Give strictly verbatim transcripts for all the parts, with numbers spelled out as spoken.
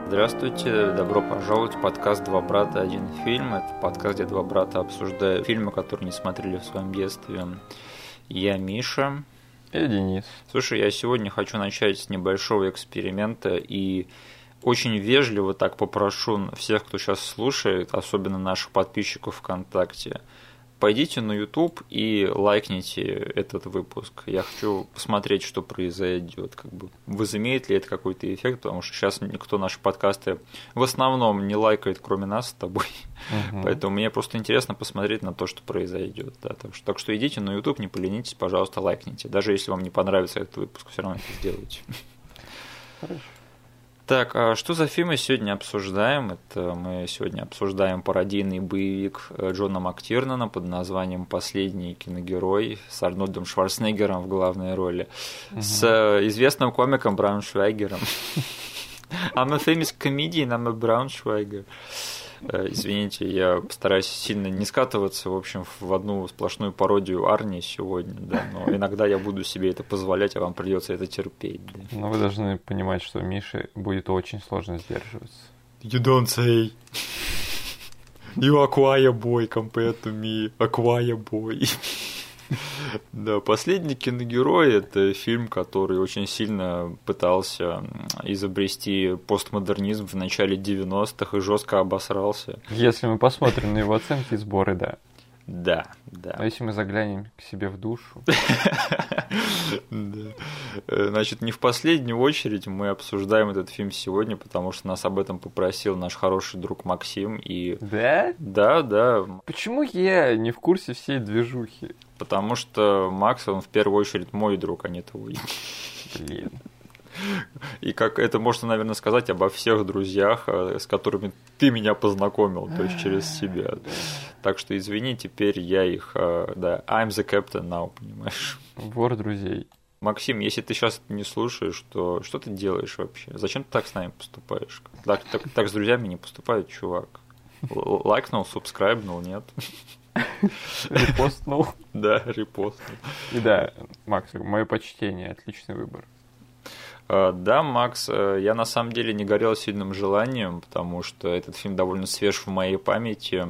Здравствуйте, добро пожаловать в подкаст «Два брата, один фильм». Это подкаст, где два брата обсуждают фильмы, которые не смотрели в своем детстве. Я Миша. Я Денис. Слушай, я сегодня хочу начать с небольшого эксперимента и очень вежливо так попрошу всех, кто сейчас слушает, особенно наших подписчиков ВКонтакте, пойдите на YouTube и лайкните этот выпуск. Я хочу посмотреть, что произойдет. Как бы, возымеет ли это какой-то эффект, потому что сейчас никто наши подкасты в основном не лайкает, кроме нас с тобой. Угу. Поэтому мне просто интересно посмотреть на то, что произойдет. Да. Так, что, так что идите на YouTube, не поленитесь, пожалуйста, лайкните. Даже если вам не понравится этот выпуск, все равно это сделайте. Хорошо. Так, а что за фильм мы сегодня обсуждаем? Это мы сегодня обсуждаем пародийный боевик Джона Мактирнана под названием «Последний киногерой» с Арнольдом Шварценеггером в главной роли, угу. с известным комиком Брауншвайгером. I'm a famous comedian, I'm a Braunschweiger. Извините, я постараюсь сильно не скатываться, в общем, в одну сплошную пародию Арни сегодня, да, но иногда я буду себе это позволять, а вам придется это терпеть. Да. Но вы должны понимать, что Мише будет очень сложно сдерживаться. You don't say. You acquire boy compared to me. Acquire boy. Да, «Последний киногерой» — это фильм, который очень сильно пытался изобрести постмодернизм в начале девяностых и жестко обосрался. Если мы посмотрим на его оценки и сборы, да. Да, да. Но если мы заглянем к себе в душу... Значит, не в последнюю очередь мы обсуждаем этот фильм сегодня, потому что нас об этом попросил наш хороший друг Максим. И... Да? Да, да. Почему я не в курсе всей движухи? Потому что Макс, он в первую очередь мой друг, а не твой. Блин. И как это можно, наверное, сказать обо всех друзьях, с которыми ты меня познакомил, то есть через себя. Так что извини, теперь я их, да, I'm the captain now, понимаешь? Вор друзей. Максим, если ты сейчас не слушаешь, то что ты делаешь вообще? Зачем ты так с нами поступаешь? Так, так, так с друзьями не поступает, чувак. Лайкнул, субскрайбнул, нет? Репостнул. Да, репостнул. И да, Макс, мое почтение, отличный выбор. Да, Макс, я на самом деле не горел сильным желанием, потому что этот фильм довольно свеж в моей памяти.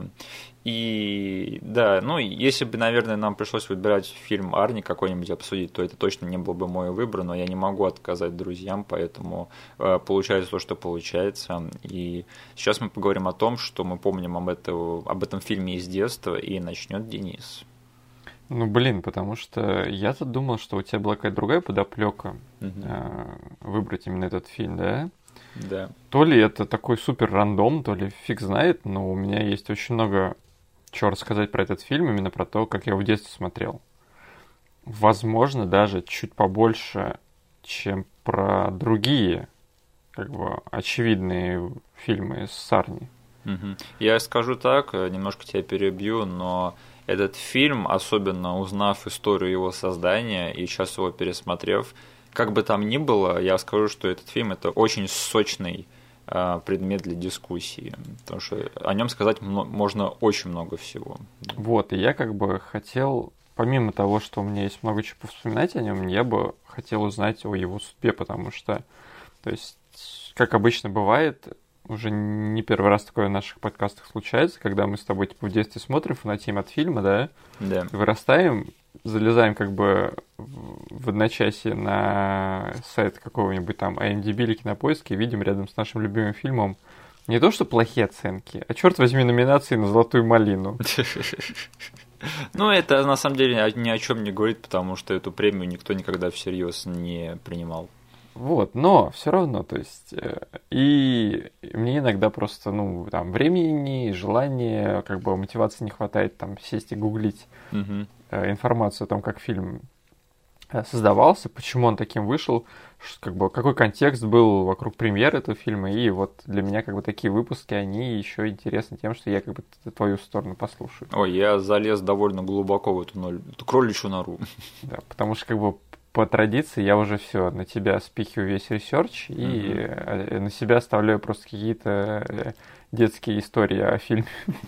И да, ну, если бы, наверное, нам пришлось выбирать фильм Арни какой-нибудь обсудить, то это точно не был бы мой выбор, но я не могу отказать друзьям, поэтому э, получается то, что получается. И сейчас мы поговорим о том, что мы помним об, это, об этом фильме из детства, и начнет Денис. Ну, блин, потому что я-то думал, что у тебя была какая-то другая подоплека угу. э, выбрать именно этот фильм, да? Да. То ли это такой супер рандом, то ли фиг знает, но у меня есть очень много чего рассказать про этот фильм, именно про то, как я его в детстве смотрел. Возможно, даже чуть побольше, чем про другие, как бы, очевидные фильмы с Арни. Угу. Я скажу так, немножко тебя перебью, но этот фильм, особенно узнав историю его создания и сейчас его пересмотрев, как бы там ни было, я скажу, что этот фильм – это очень сочный э, предмет для дискуссии, потому что о нем сказать м- можно очень много всего. Вот, и я как бы хотел, помимо того, что у меня есть много чего вспоминать о нем, я бы хотел узнать о его судьбе, потому что, то есть, как обычно бывает, уже не первый раз такое в наших подкастах случается, когда мы с тобой типа в детстве смотрим, фанатеем от фильма, да, да. Вырастаем, залезаем как бы в одночасье на сайт какого-нибудь там ай эм ди би или Кинопоиска и видим рядом с нашим любимым фильмом не то что плохие оценки, а, черт возьми, номинации на «Золотую малину». Ну, это на самом деле ни о чем не говорит, потому что эту премию никто никогда всерьез не принимал. Вот, но все равно, то есть, и мне иногда просто, ну, там, времени, желания, как бы мотивации не хватает, там, сесть и гуглить угу. информацию о том, как фильм создавался, почему он таким вышел, как бы, какой контекст был вокруг премьеры этого фильма, и вот для меня, как бы, такие выпуски, они еще интересны тем, что я, как бы, твою сторону послушаю. Ой, я залез довольно глубоко в эту, ноль, эту кроличью нору. Да, потому что, как бы, по традиции я уже все на тебя спихиваю весь ресерч mm-hmm. и на себя оставляю просто какие-то детские истории о фильме.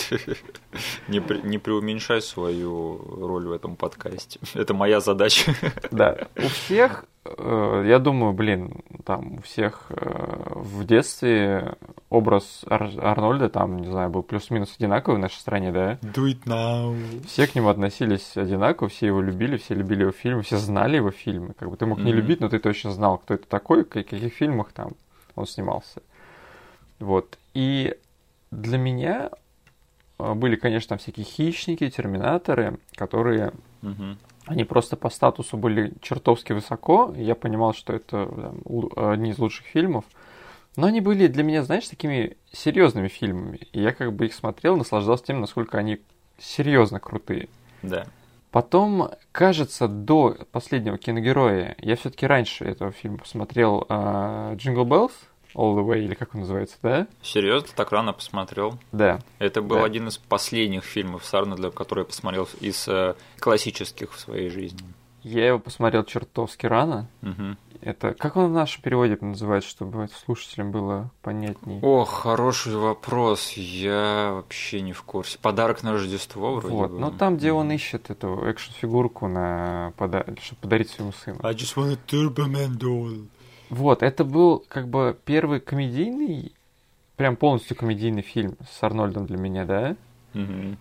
Не, при, не преуменьшай свою роль в этом подкасте. Это моя задача. Да. У всех я думаю, блин, там у всех в детстве образ Ар- Арнольда, там, не знаю, был плюс-минус одинаковый в нашей стране, да? Do it now. Все к нему относились одинаково, все его любили, все любили его фильмы, все знали его фильмы. Как бы ты мог mm-hmm. не любить, но ты точно знал, кто это такой, в каких фильмах там он снимался. Вот. И для меня были, конечно, там всякие хищники, терминаторы, которые... Mm-hmm. Они просто по статусу были чертовски высоко, и я понимал, что это там, одни из лучших фильмов. Но они были для меня, знаешь, такими серьезными фильмами. И я как бы их смотрел, наслаждался тем, насколько они серьезно крутые. Да. Потом, кажется, до последнего киногероя, я все-таки раньше этого фильма посмотрел «Джингл Беллс», All the Way, или как он называется, да? Серьезно? Так рано посмотрел? Да. Это был да. один из последних фильмов с Арнольдом, который я посмотрел из э, классических в своей жизни. Я его посмотрел чертовски рано. Угу. Это как он в нашем переводе называется, чтобы слушателям было понятней? О, хороший вопрос. Я вообще не в курсе. «Подарок на Рождество» вроде вот. бы. Ну там, где он ищет эту экшн-фигурку, на пода... чтобы подарить своему сыну. I just want a Turbo Man doll. Вот, это был как бы первый комедийный, прям полностью комедийный фильм с Арнольдом для меня, да? Угу.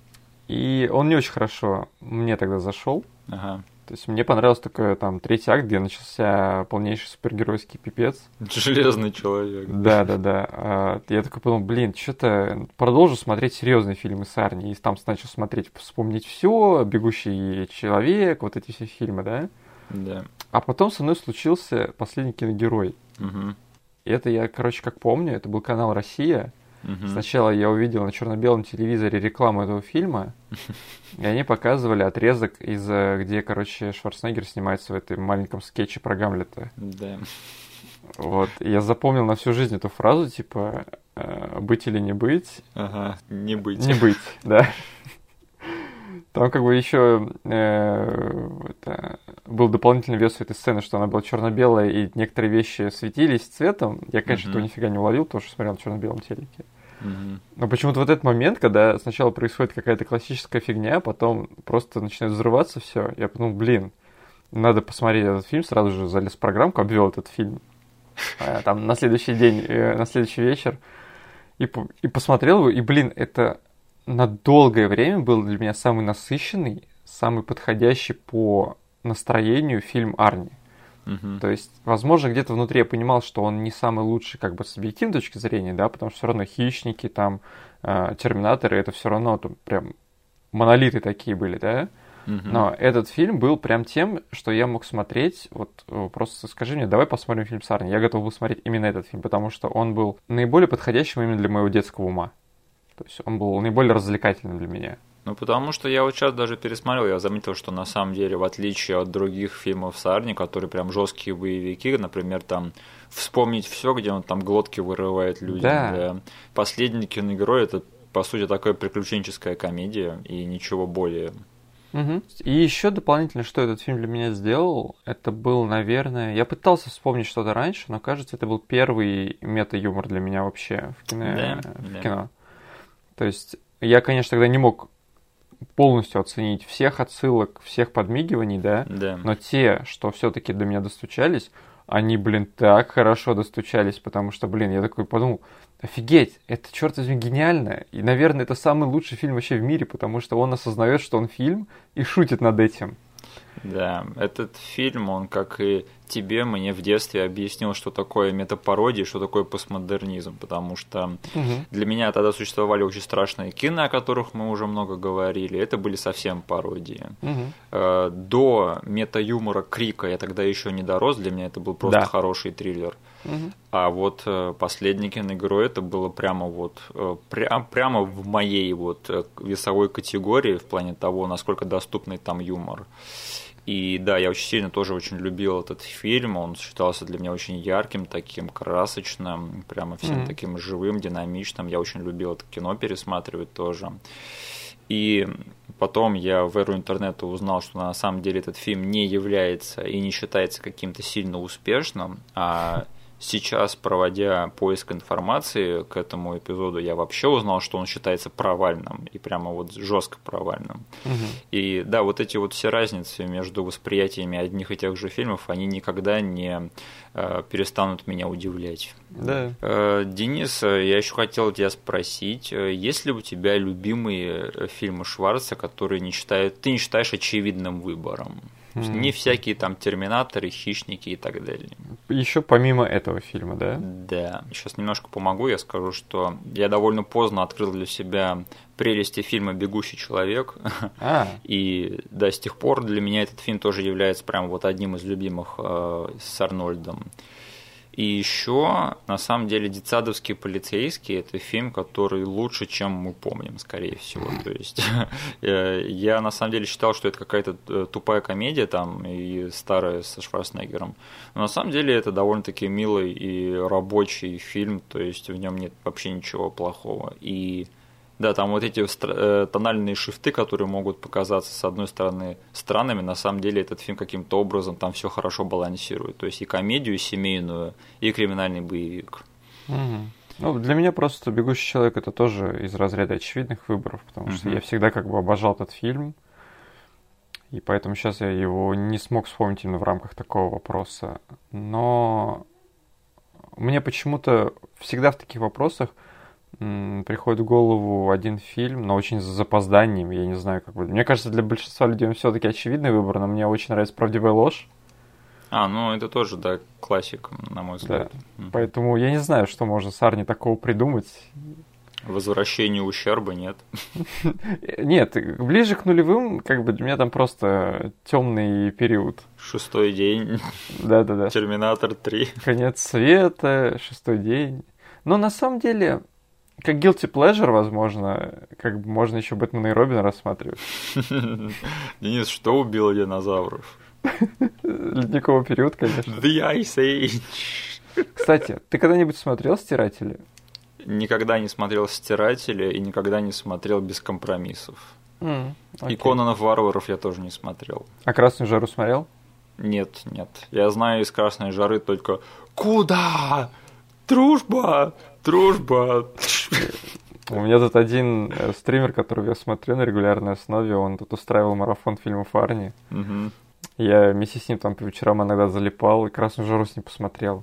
И он не очень хорошо мне тогда зашел. Ага. То есть мне понравился только там третий акт, где начался полнейший супергеройский пипец. Железный человек. Да, да, да. Я такой подумал, блин, что-то продолжу смотреть серьезные фильмы с Арни. И там начал смотреть «Вспомнить все», «Бегущий человек», вот эти все фильмы, да? Да. А потом со мной случился «Последний киногерой». Угу. И это я, короче, как помню, это был канал «Россия». Угу. Сначала я увидел на черно-белом телевизоре рекламу этого фильма, и они показывали отрезок, из где, короче, Шварценеггер снимается в этом маленьком скетче про Гамлета. Да. Вот. И я запомнил на всю жизнь эту фразу, типа, «быть или не быть». Ага, не быть. Не быть, да. Там как бы еще э, это, был дополнительный вес этой сцены, что она была черно-белая, и некоторые вещи светились цветом. Я, конечно, mm-hmm. этого нифига не уловил, потому что смотрел на черно-белом телеке. Mm-hmm. Но почему-то вот этот момент, когда сначала происходит какая-то классическая фигня, потом просто начинает взрываться все, я подумал, блин, надо посмотреть этот фильм, сразу же залез в программку, обвел этот фильм. Там на следующий день, на следующий вечер, и, и посмотрел его, и, блин, это... на долгое время был для меня самый насыщенный, самый подходящий по настроению фильм Арни. Uh-huh. То есть, возможно, где-то внутри я понимал, что он не самый лучший как бы с объективной точки зрения, да, потому что все равно «Хищники», там, э, «Терминаторы», это все равно там прям монолиты такие были, да. Uh-huh. Но этот фильм был прям тем, что я мог смотреть, вот просто скажи мне, давай посмотрим фильм с Арни. Я готов был смотреть именно этот фильм, потому что он был наиболее подходящим именно для моего детского ума. То есть он был наиболее развлекательным для меня. Ну, потому что я вот сейчас даже пересмотрел, я заметил, что на самом деле, в отличие от других фильмов с Арни, которые прям жесткие боевики, например, там «Вспомнить все», где он там глотки вырывает людям. Да. Да. «Последний киногерой» — это, по сути, такая приключенческая комедия и ничего более. Угу. И еще дополнительно, что этот фильм для меня сделал, это был, наверное... Я пытался вспомнить что-то раньше, но, кажется, это был первый мета-юмор для меня вообще в кино. Да, в да. кино. То есть я, конечно, тогда не мог полностью оценить всех отсылок, всех подмигиваний, да, да. но те, что все-таки до меня достучались, они, блин, так хорошо достучались, потому что, блин, я такой подумал, офигеть, это, черт возьми, гениально, и, наверное, это самый лучший фильм вообще в мире, потому что он осознает, что он фильм, и шутит над этим. Да, этот фильм, он, как и тебе, мне в детстве объяснил, что такое метапародия, что такое постмодернизм, потому что угу. для меня тогда существовали очень страшные кино, о которых мы уже много говорили, это были совсем пародии. Угу. До мета-юмора Крика я тогда еще не дорос, для меня это был просто да. хороший триллер. Угу. А вот «Последний киногерой» это было прямо вот прям, прямо в моей вот весовой категории в плане того, насколько доступный там юмор. И да, я очень сильно тоже очень любил этот фильм, он считался для меня очень ярким, таким красочным, прямо всем mm-hmm. таким живым, динамичным. Я очень любил это кино пересматривать тоже. И потом я в эру интернета узнал, что на самом деле этот фильм не является и не считается каким-то сильно успешным, а сейчас, проводя поиск информации к этому эпизоду, я вообще узнал, что он считается провальным, и прямо вот жестко провальным. Угу. И да, вот эти вот все разницы между восприятиями одних и тех же фильмов, они никогда не э, перестанут меня удивлять. Да. Э, Денис, я еще хотел тебя спросить, есть ли у тебя любимые фильмы Шварца, которые не считают, ты не считаешь очевидным выбором? Не всякие там терминаторы, хищники и так далее. Еще помимо этого фильма, да? Да. Сейчас немножко помогу. Я скажу, что я довольно поздно открыл для себя прелести фильма «Бегущий человек». А. И да, с тех пор для меня этот фильм тоже является прям вот одним из любимых э, с Арнольдом. И еще, на самом деле, «Детсадовский полицейский» – это фильм, который лучше, чем мы помним, скорее всего. То есть я на самом деле считал, что это какая-то тупая комедия там и старая со Шварценеггером. Но на самом деле это довольно-таки милый и рабочий фильм, то есть в нем нет вообще ничего плохого. И да, там вот эти тональные шрифты, которые могут показаться, с одной стороны, странными, на самом деле этот фильм каким-то образом там все хорошо балансирует. То есть и комедию, и семейную, и криминальный боевик. Угу. Ну, для меня просто «Бегущий человек» — это тоже из разряда очевидных выборов, потому что угу. я всегда как бы обожал этот фильм, и поэтому сейчас я его не смог вспомнить именно в рамках такого вопроса. Но мне почему-то всегда в таких вопросах приходит в голову один фильм, но очень с запозданием, я не знаю, как бы. Мне кажется, для большинства людей он все-таки очевидный выбор, но мне очень нравится «Правдивая ложь». А, ну это тоже, да, классик, на мой взгляд. Да. Mm. Поэтому я не знаю, что можно с Арни такого придумать. Возвращение ущерба нет. Нет, ближе к нулевым, как бы для меня там просто темный период. Шестой день. Да-да-да. Терминатор три. Конец света, шестой день. Но на самом деле, как guilty pleasure, возможно, как бы можно еще Бэтмена и Робина рассматривать. Денис, что убило динозавров? Ледниковый период, конечно. The Ice Age. Кстати, ты когда-нибудь смотрел «Стиратели»? Никогда не смотрел «Стиратели» и никогда не смотрел «Без компромиссов». Mm, okay. И «Конанов варваров» я тоже не смотрел. А «Красную жару» смотрел? Нет, нет. Я знаю из «Красной жары» только «Куда? Дружба! Дружба!» У меня тут один стример, которого я смотрю на регулярной основе, он тут устраивал марафон фильмов Арни. Угу. Я вместе с ним там по вечерам иногда залипал и «Красную жару» с ним посмотрел.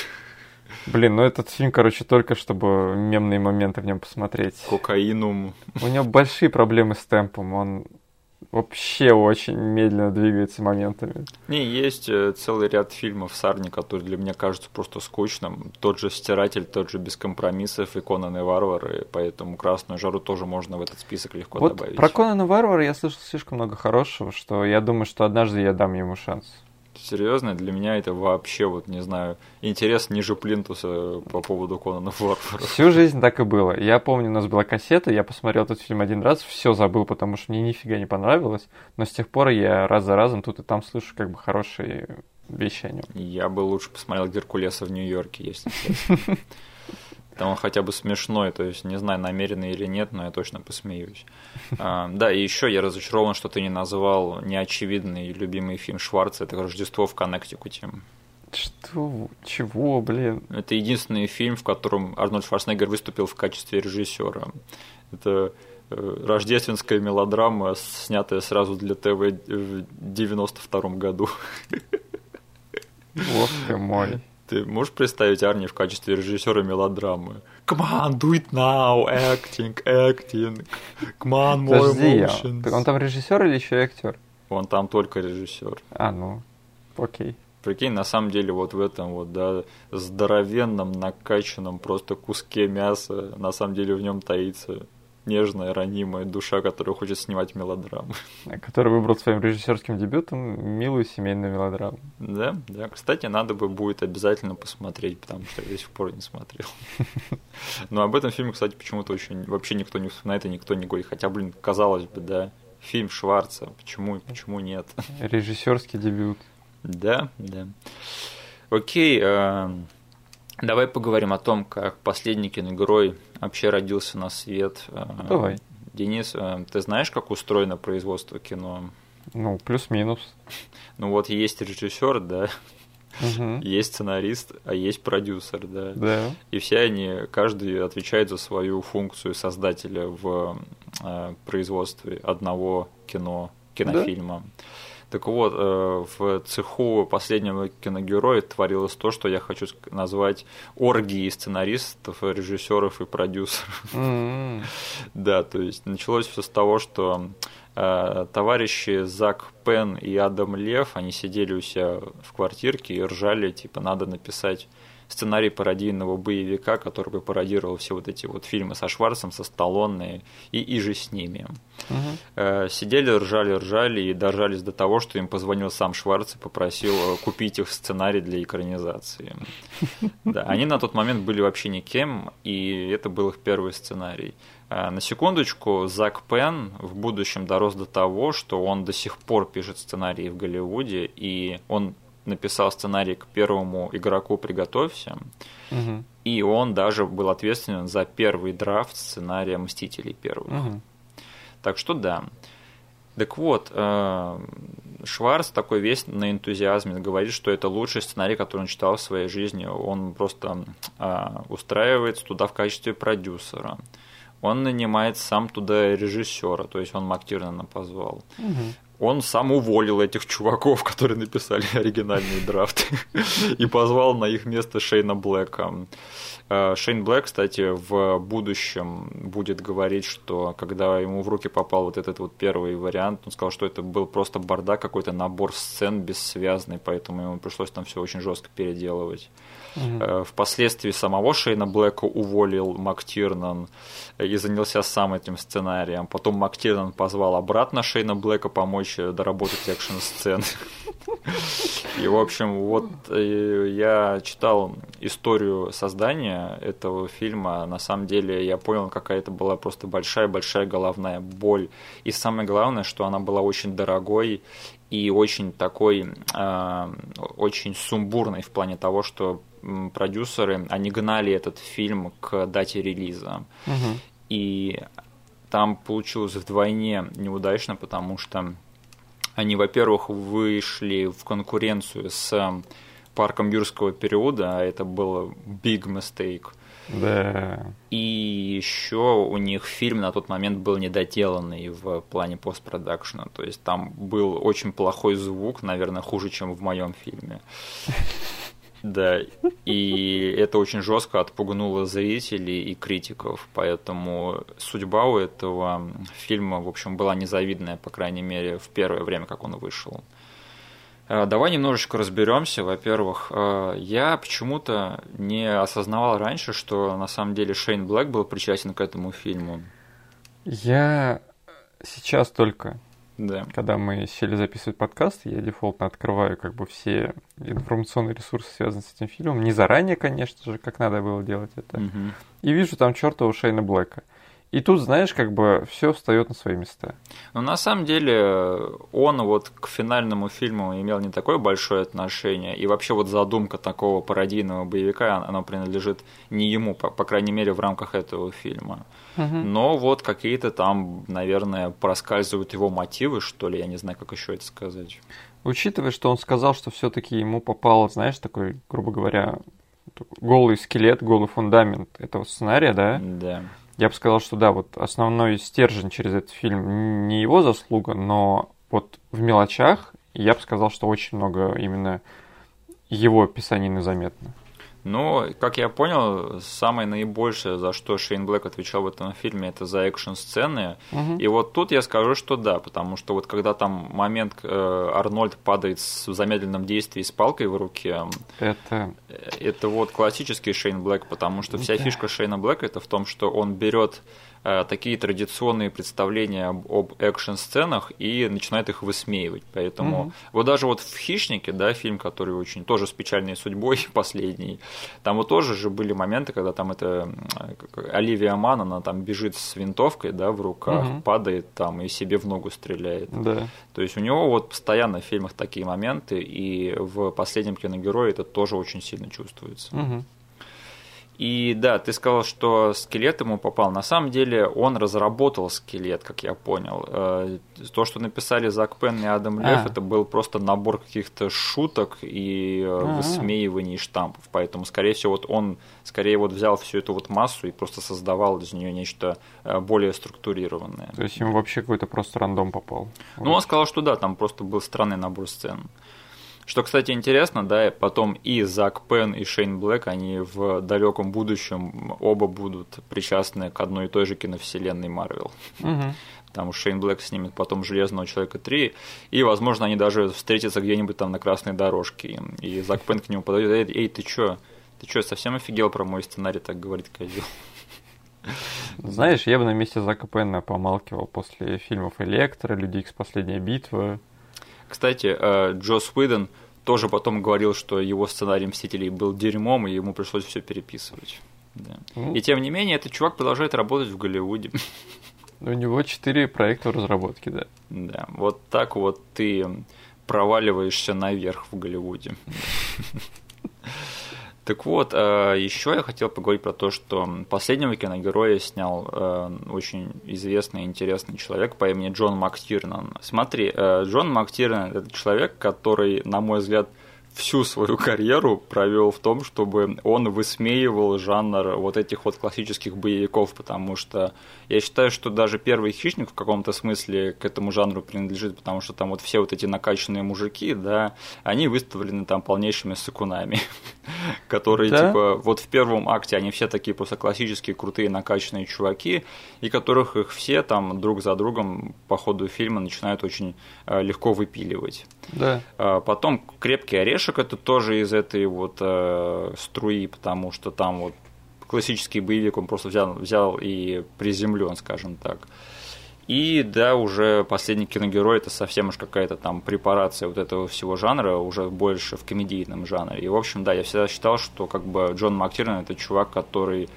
Блин, ну этот фильм, короче, только чтобы мемные моменты в нем посмотреть. Кокаинум. У него большие проблемы с темпом, он вообще очень медленно двигается моментами. Не, есть целый ряд фильмов с Арни, которые для меня кажутся просто скучным. Тот же «Стиратель», тот же «Без компромиссов» и «Конан и варвары», поэтому «Красную жару» тоже можно в этот список легко вот добавить. Про «Конан и варвары» я слышал слишком много хорошего, что я думаю, что однажды я дам ему шанс. Серьезно, для меня это вообще, вот не знаю, интерес ниже плинтуса по поводу Конана варвара. Всю жизнь так и было. Я помню, у нас была кассета, я посмотрел этот фильм один раз, все забыл, потому что мне нифига не понравилось, но с тех пор я раз за разом тут и там слышу как бы хорошие вещи о нем. Я бы лучше посмотрел «Геркулеса в Нью-Йорке», если честно. Там он хотя бы смешной, то есть не знаю, намеренно или нет, но я точно посмеюсь. А, да, и еще я разочарован, что ты не назвал неочевидный любимый фильм Шварца, это «Рождество в Коннектикуте». Что? Чего, блин? Это единственный фильм, в котором Арнольд Шварценеггер выступил в качестве режиссера. Это рождественская мелодрама, снятая сразу для ТВ в девяносто втором году. Бог ты мой. Ты можешь представить Арни в качестве режиссера мелодрамы? Come on, do it now, acting, acting. Come on, more emotions. Подожди, он там режиссер или еще и актер? Он там только режиссер. А, ну, окей. Прикинь, на самом деле вот в этом вот, да, здоровенном, накачанном просто куске мяса, на самом деле в нем таится нежная, ранимая душа, которая хочет снимать мелодрамы. Который выбрал своим режиссерским дебютом милую семейную мелодраму. Да, да. Кстати, надо бы будет обязательно посмотреть, потому что я до сих пор не смотрел. Но об этом фильме, кстати, почему-то очень вообще никто не вспоминает и никто не говорит. Хотя, блин, казалось бы, да, фильм Шварца, почему и почему нет? Режиссерский дебют. Да, да. Окей, давай поговорим о том, как последний киногерой вообще родился на свет. Давай. Денис, ты знаешь, как устроено производство кино? Ну, плюс-минус. Ну вот есть режиссер, да, Угу. Есть сценарист, а есть продюсер, да. Да. И все они, каждый отвечает за свою функцию создателя в э, производстве одного кино, кинофильма. Да. Так вот, э, в цеху последнего киногероя творилось то, что я хочу назвать оргией сценаристов, режиссеров и продюсеров. Mm-hmm. Да, то есть началось все с того, что э, товарищи Зак Пен и Адам Лев, они сидели у себя в квартирке и ржали, типа, надо написать сценарий пародийного боевика, который бы пародировал все вот эти вот фильмы со Шварцем, со Сталлоне и, и же с ними. Uh-huh. Сидели, ржали, ржали и дожались до того, что им позвонил сам Шварц и попросил купить их сценарий для экранизации. Да, они на тот момент были вообще никем, и это был их первый сценарий. На секундочку, Зак Пен в будущем дорос до того, что он до сих пор пишет сценарии в Голливуде, и он написал сценарий к первому игроку «Приготовься», угу. и он даже был ответственен за первый драфт сценария «Мстителей» первых. Угу. Так что да. Так вот, Шварц такой весь на энтузиазме говорит, что это лучший сценарий, который он читал в своей жизни. Он просто устраивается туда в качестве продюсера. Он нанимает сам туда режиссера, то есть он МакТирнана позвал. Угу. Он сам уволил этих чуваков, которые написали оригинальные драфты, и позвал на их место Шейна Блэка. Шейн Блэк, кстати, в будущем будет говорить, что когда ему в руки попал вот этот вот первый вариант, он сказал, что это был просто бардак, какой-то набор сцен бессвязный, поэтому ему пришлось там все очень жестко переделывать. Mm-hmm. Впоследствии самого Шейна Блэка уволил МакТирнан и занялся сам этим сценарием. Потом МакТирнан позвал обратно Шейна Блэка помочь доработать экшн-сцены. И, в общем, вот я читал историю создания этого фильма. На самом деле я понял, какая это была просто большая-большая головная боль. И самое главное, что она была очень дорогой и очень такой, э, очень сумбурной в плане того, что продюсеры, они гнали этот фильм к дате релиза. Угу. И там получилось вдвойне неудачно, потому что они, во-первых, вышли в конкуренцию с парком юрского периода, а это было big mistake. Да. И еще у них фильм на тот момент был недоделанный в плане постпродакшена. То есть там был очень плохой звук, наверное, хуже, чем в моем фильме. Да, и это очень жестко отпугнуло зрителей и критиков, поэтому судьба у этого фильма, в общем, была незавидная, по крайней мере, в первое время, как он вышел. Давай немножечко разберемся. Во-первых, я почему-то не осознавал раньше, что на самом деле Шейн Блэк был причастен к этому фильму. Я сейчас только... Да. Когда мы сели записывать подкаст, я дефолтно открываю как бы все информационные ресурсы, связанные с этим фильмом. Не заранее, конечно же, как надо было делать это. Угу. И вижу там чертова Шейна Блэка. И тут, знаешь, как бы все встает на свои места. Но на самом деле он вот к финальному фильму имел не такое большое отношение. И вообще вот задумка такого пародийного боевика, она принадлежит не ему, по, по крайней мере, в рамках этого фильма. Угу. Но вот какие-то там, наверное, проскальзывают его мотивы, что ли, я не знаю, как еще это сказать. Учитывая, что он сказал, что все-таки ему попал, знаешь, такой, грубо говоря, голый скелет, голый фундамент этого сценария, да? Да. Я бы сказал, что да, вот основной стержень через этот фильм не его заслуга, но вот в мелочах я бы сказал, что очень много именно его писанины заметно. Ну, как я понял, самое наибольшее, за что Шейн Блэк отвечал в этом фильме, это за экшн-сцены. Угу. И вот тут я скажу, что да, потому что вот когда там момент э, Арнольд падает в замедленном действии с палкой в руке, это... это вот классический Шейн Блэк, потому что вся да. фишка Шейна Блэка это в том, что он берет э, такие традиционные представления об, об экшн-сценах и начинает их высмеивать. Поэтому угу. вот даже вот в «Хищнике», да, фильм, который очень тоже с печальной судьбой последний, там вот тоже же были моменты, когда там это Оливия Манн, она там бежит с винтовкой, да, в руках, угу. падает там и себе в ногу стреляет. Да. То есть у него вот постоянно в фильмах такие моменты, и в «Последнем киногерое» это тоже очень сильно чувствуется. Угу. И да, ты сказал, что скелет ему попал. На самом деле он разработал скелет, как я понял. То, что написали Зак Пен и Адам Лев, а. это был просто набор каких-то шуток и А-а-а. высмеиваний штампов. Поэтому, скорее всего, вот он скорее вот взял всю эту вот массу и просто создавал из нее нечто более структурированное. То есть ему вообще какой-то просто рандом попал? Ну, он сказал, что да, там просто был странный набор сцен. Что, кстати, интересно, да, потом и Зак Пен, и Шейн Блэк, они в далеком будущем оба будут причастны к одной и той же киновселенной Марвел. Угу. Потому что Шейн Блэк снимет потом «Железного человека три», и, возможно, они даже встретятся где-нибудь там на красной дорожке. И Зак Пен к нему подойдет: «Эй, ты чё? Ты чё, совсем офигел про мой сценарий?» Так говорит козел. Знаешь, я бы на месте Зака Пена помалкивал после фильмов «Электро», «Люди Икс. Последняя битва». Кстати, Джосс Уидон тоже потом говорил, что его сценарий «Мстителей» был дерьмом, и ему пришлось все переписывать. Да. Mm. И тем не менее, этот чувак продолжает работать в Голливуде. У него четыре проекта в разработке, да. Да, вот так вот ты проваливаешься наверх в Голливуде. Так вот, еще я хотел поговорить про то, что последнего киногероя снял очень известный и интересный человек по имени Джон МакТирнан. Смотри, Джон МакТирнан – это человек, который, на мой взгляд, всю свою карьеру провел в том, чтобы он высмеивал жанр вот этих вот классических боевиков, потому что я считаю, что даже «Первый хищник» в каком-то смысле к этому жанру принадлежит, потому что там вот все вот эти накачанные мужики, да, они выставлены там полнейшими сыкунами, которые да? типа вот в первом акте они все такие просто классические крутые накачанные чуваки, и которых их все там друг за другом по ходу фильма начинают очень легко выпиливать. Да. Потом «Крепкий орешек» — это тоже из этой вот э, струи, потому что там вот классический боевик, он просто взял, взял и приземлен, скажем так. И да, уже последний киногерой — это совсем уж какая-то там препарация вот этого всего жанра, уже больше в комедийном жанре. И, в общем, да, я всегда считал, что как бы Джон МакТирнан — это чувак, который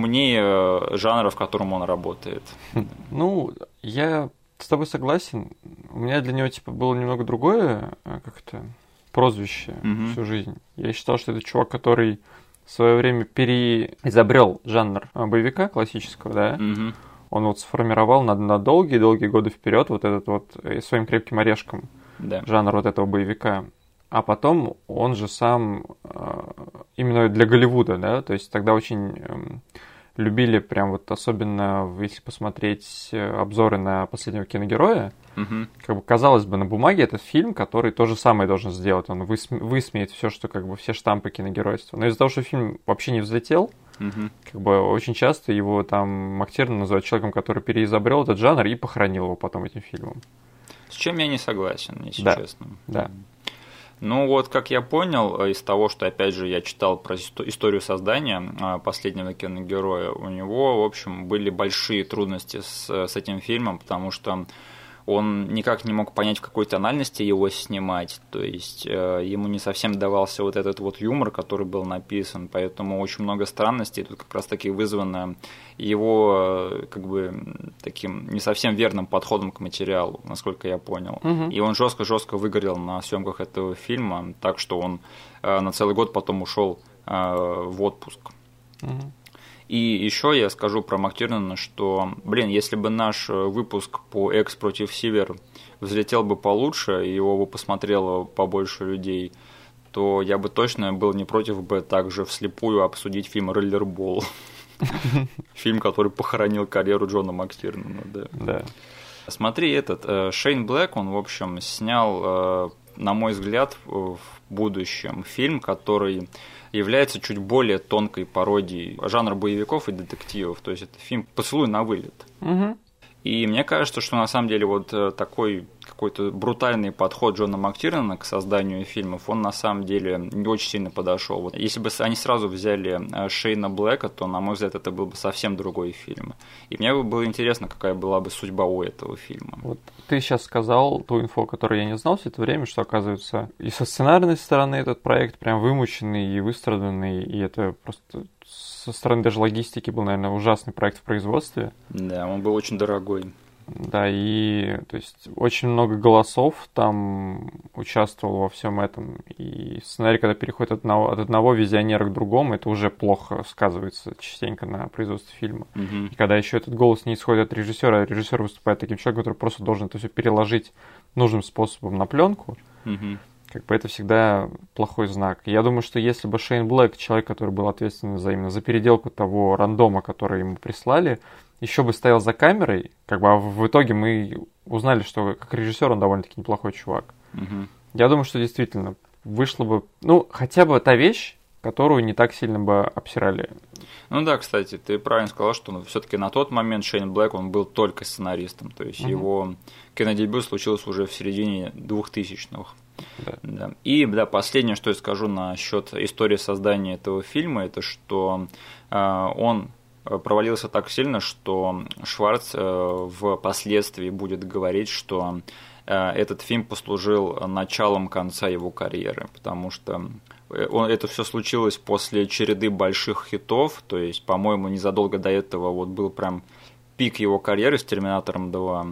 умнее жанра, в котором он работает. Ну, я с тобой согласен. У меня для него типа было немного другое, как-то прозвище mm-hmm. всю жизнь. Я считал, что это чувак, который в свое время переизобрел жанр боевика классического, да. Mm-hmm. Он вот сформировал на, на долгие-долгие годы вперед вот этот вот своим крепким орешком yeah. жанр вот этого боевика. А потом он же сам именно для Голливуда, да, то есть тогда очень любили прям вот, особенно если посмотреть обзоры на последнего киногероя, угу. как бы казалось бы, на бумаге этот фильм, который то же самое должен сделать, он высме- высмеет все, что как бы все штампы киногеройства. Но из-за того, что фильм вообще не взлетел, угу. как бы очень часто его там МакТирнан называют человеком, который переизобрел этот жанр и похоронил его потом этим фильмом. С чем я не согласен, если да. честно. Да. Ну вот, как я понял, из того, что, опять же, я читал про историю создания последнего киногероя, у него, в общем, были большие трудности с, с этим фильмом, потому что он никак не мог понять, в какой тональности его снимать, то есть э, ему не совсем давался вот этот вот юмор, который был написан, поэтому очень много странностей тут как раз-таки вызвано его э, как бы таким не совсем верным подходом к материалу, насколько я понял. Угу. И он жестко-жестко выгорел на съемках этого фильма, так что он э, на целый год потом ушел э, в отпуск. Угу. И еще я скажу про МакТирнана, что, блин, если бы наш выпуск по Экс против Сивер взлетел бы получше, и его бы посмотрело побольше людей, то я бы точно был не против бы также вслепую обсудить фильм «Роллербол». Фильм, который похоронил карьеру Джона МакТирнана. Да. Смотри, этот Шейн Блэк, он, в общем, снял, на мой взгляд, в будущем фильм, который является чуть более тонкой пародией жанра боевиков и детективов. То есть это фильм «Поцелуй на вылет». Угу. И мне кажется, что на самом деле вот такой какой-то брутальный подход Джона МакТирнана к созданию фильмов, он на самом деле не очень сильно подошел. Вот если бы они сразу взяли Шейна Блэка, то, на мой взгляд, это был бы совсем другой фильм. И мне бы было интересно, какая была бы судьба у этого фильма. Вот ты сейчас сказал ту инфу, которую я не знал все это время, что, оказывается, и со сценарной стороны этот проект прям вымученный и выстраданный, и это просто со стороны даже логистики был, наверное, ужасный проект в производстве. Да, он был очень дорогой. Да, и то есть очень много голосов там участвовало во всем этом. И сценарий, когда переходит от одного, от одного визионера к другому, это уже плохо сказывается частенько на производстве фильма. Mm-hmm. И когда еще этот голос не исходит от режиссера, а режиссер выступает таким человеком, который просто должен это все переложить нужным способом на пленку, mm-hmm. как бы это всегда плохой знак. Я думаю, что если бы Шейн Блэк, человек, который был ответственен за именно за переделку того рандома, который ему прислали, еще бы стоял за камерой, как бы, а в итоге мы узнали, что как режиссер он довольно-таки неплохой чувак. Угу. Я думаю, что действительно вышло бы, ну, хотя бы та вещь, которую не так сильно бы обсирали. Ну да, кстати, ты правильно сказал, что ну, все-таки на тот момент Шейн Блэк, он был только сценаристом, то есть угу. его кинодебют случился уже в середине двухтысячных. Да. Да. И да, последнее, что я скажу насчет истории создания этого фильма, это что э, он провалился так сильно, что Шварц э, впоследствии будет говорить, что э, этот фильм послужил началом конца его карьеры, потому что он, это все случилось после череды больших хитов, то есть, по-моему, незадолго до этого вот был прям пик его карьеры с «Терминатором два».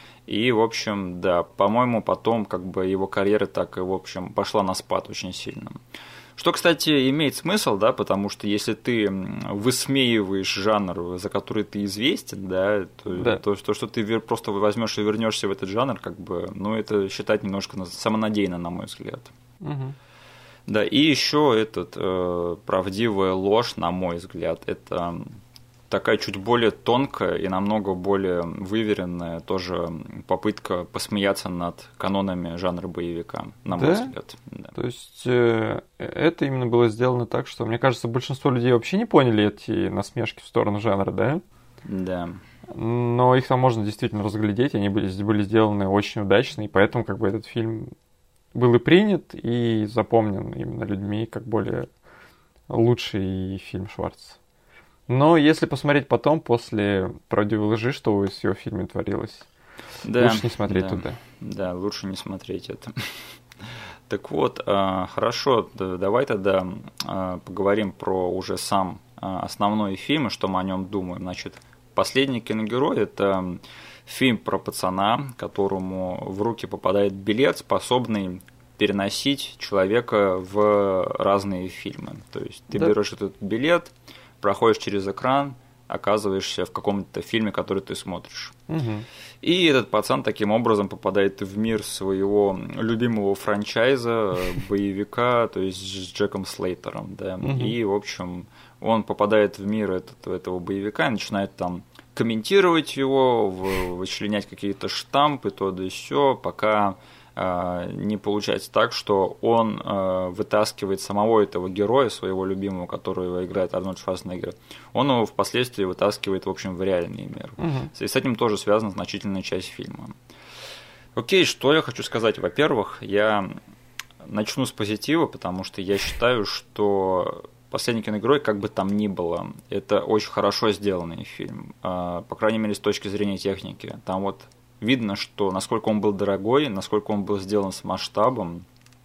И, в общем, да, по-моему, потом как бы его карьера так и, в общем, пошла на спад очень сильно. Что, кстати, имеет смысл, да, потому что если ты высмеиваешь жанр, за который ты известен, да, то, да. то, то что ты просто возьмешь и вернешься в этот жанр, как бы, ну, это считать немножко самонадеянно, на мой взгляд. Угу. Да, и еще этот э, правдивая ложь, на мой взгляд, это такая чуть более тонкая и намного более выверенная тоже попытка посмеяться над канонами жанра боевика, на мой да? взгляд. Да. То есть э, это именно было сделано так, что, мне кажется, большинство людей вообще не поняли эти насмешки в сторону жанра, да? Да. Но их там можно действительно разглядеть, они были, были сделаны очень удачно, и поэтому как бы этот фильм был и принят, и запомнен именно людьми как более лучший фильм Шварца. Но если посмотреть потом, после «Правдивой лжи», что с его фильме творилось, да, лучше не смотреть да, туда. Да, лучше не смотреть это. Так вот, хорошо, давай тогда поговорим про уже сам основной фильм, и что мы о нем думаем. Значит, «Последний киногерой» — это фильм про пацана, которому в руки попадает билет, способный переносить человека в разные фильмы. То есть ты да. берешь этот билет, проходишь через экран, оказываешься в каком-то фильме, который ты смотришь. Угу. И этот пацан таким образом попадает в мир своего любимого франчайза, боевика, то есть с Джеком Слейтером. Да? Угу. И, в общем, он попадает в мир этого, этого боевика и начинает там комментировать его, вычленять какие-то штампы, то да сё, пока э, не получается так, что он э, вытаскивает самого этого героя, своего любимого, которого играет Арнольд Шварценеггер, он его впоследствии вытаскивает, в общем, в реальный мир. Угу. И с этим тоже связана значительная часть фильма. Окей, что я хочу сказать? Во-первых, я начну с позитива, потому что я считаю, что «Последний киногерой», как бы там ни было, это очень хорошо сделанный фильм, по крайней мере, с точки зрения техники. Там вот видно, что насколько он был дорогой, насколько он был сделан с масштабом.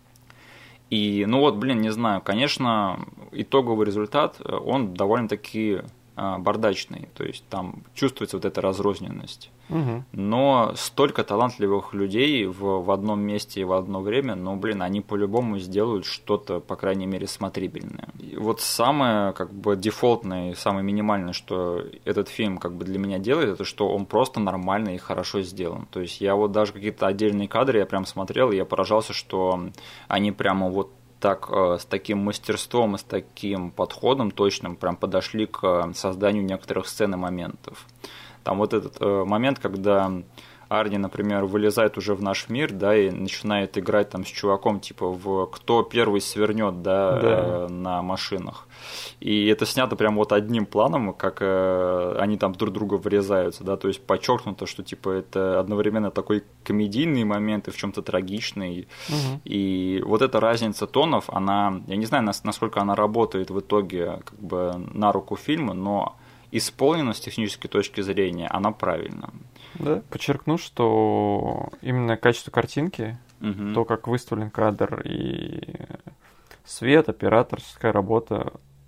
И, ну вот, блин, не знаю, конечно, итоговый результат, он довольно-таки бардачный, то есть там чувствуется вот эта разрозненность. Угу. Но столько талантливых людей в, в одном месте и в одно время, ну, блин, они по-любому сделают что-то, по крайней мере, смотрибельное. И вот самое, как бы, дефолтное, самое минимальное, что этот фильм, как бы, для меня делает, это что он просто нормальный и хорошо сделан. То есть я вот даже какие-то отдельные кадры я прям смотрел, и я поражался, что они прямо вот так, с таким мастерством и с таким подходом точным прям подошли к созданию некоторых сцен и моментов. Там вот этот э, момент, когда Арни, например, вылезает уже в наш мир, да, и начинает играть там с чуваком, типа, в кто первый свернет, да, да. Э, на машинах. И это снято прям вот одним планом, как э, они там друг друга врезаются, да, то есть подчеркнуто, что, типа, это одновременно такой комедийный момент и в чем-то трагичный. Угу. И вот эта разница тонов, она, я не знаю, насколько она работает в итоге, как бы, на руку фильма, но исполнена с технической точки зрения, она правильна. Да, подчеркну, что именно качество картинки, угу. то, как выставлен кадр и свет, операторская работа,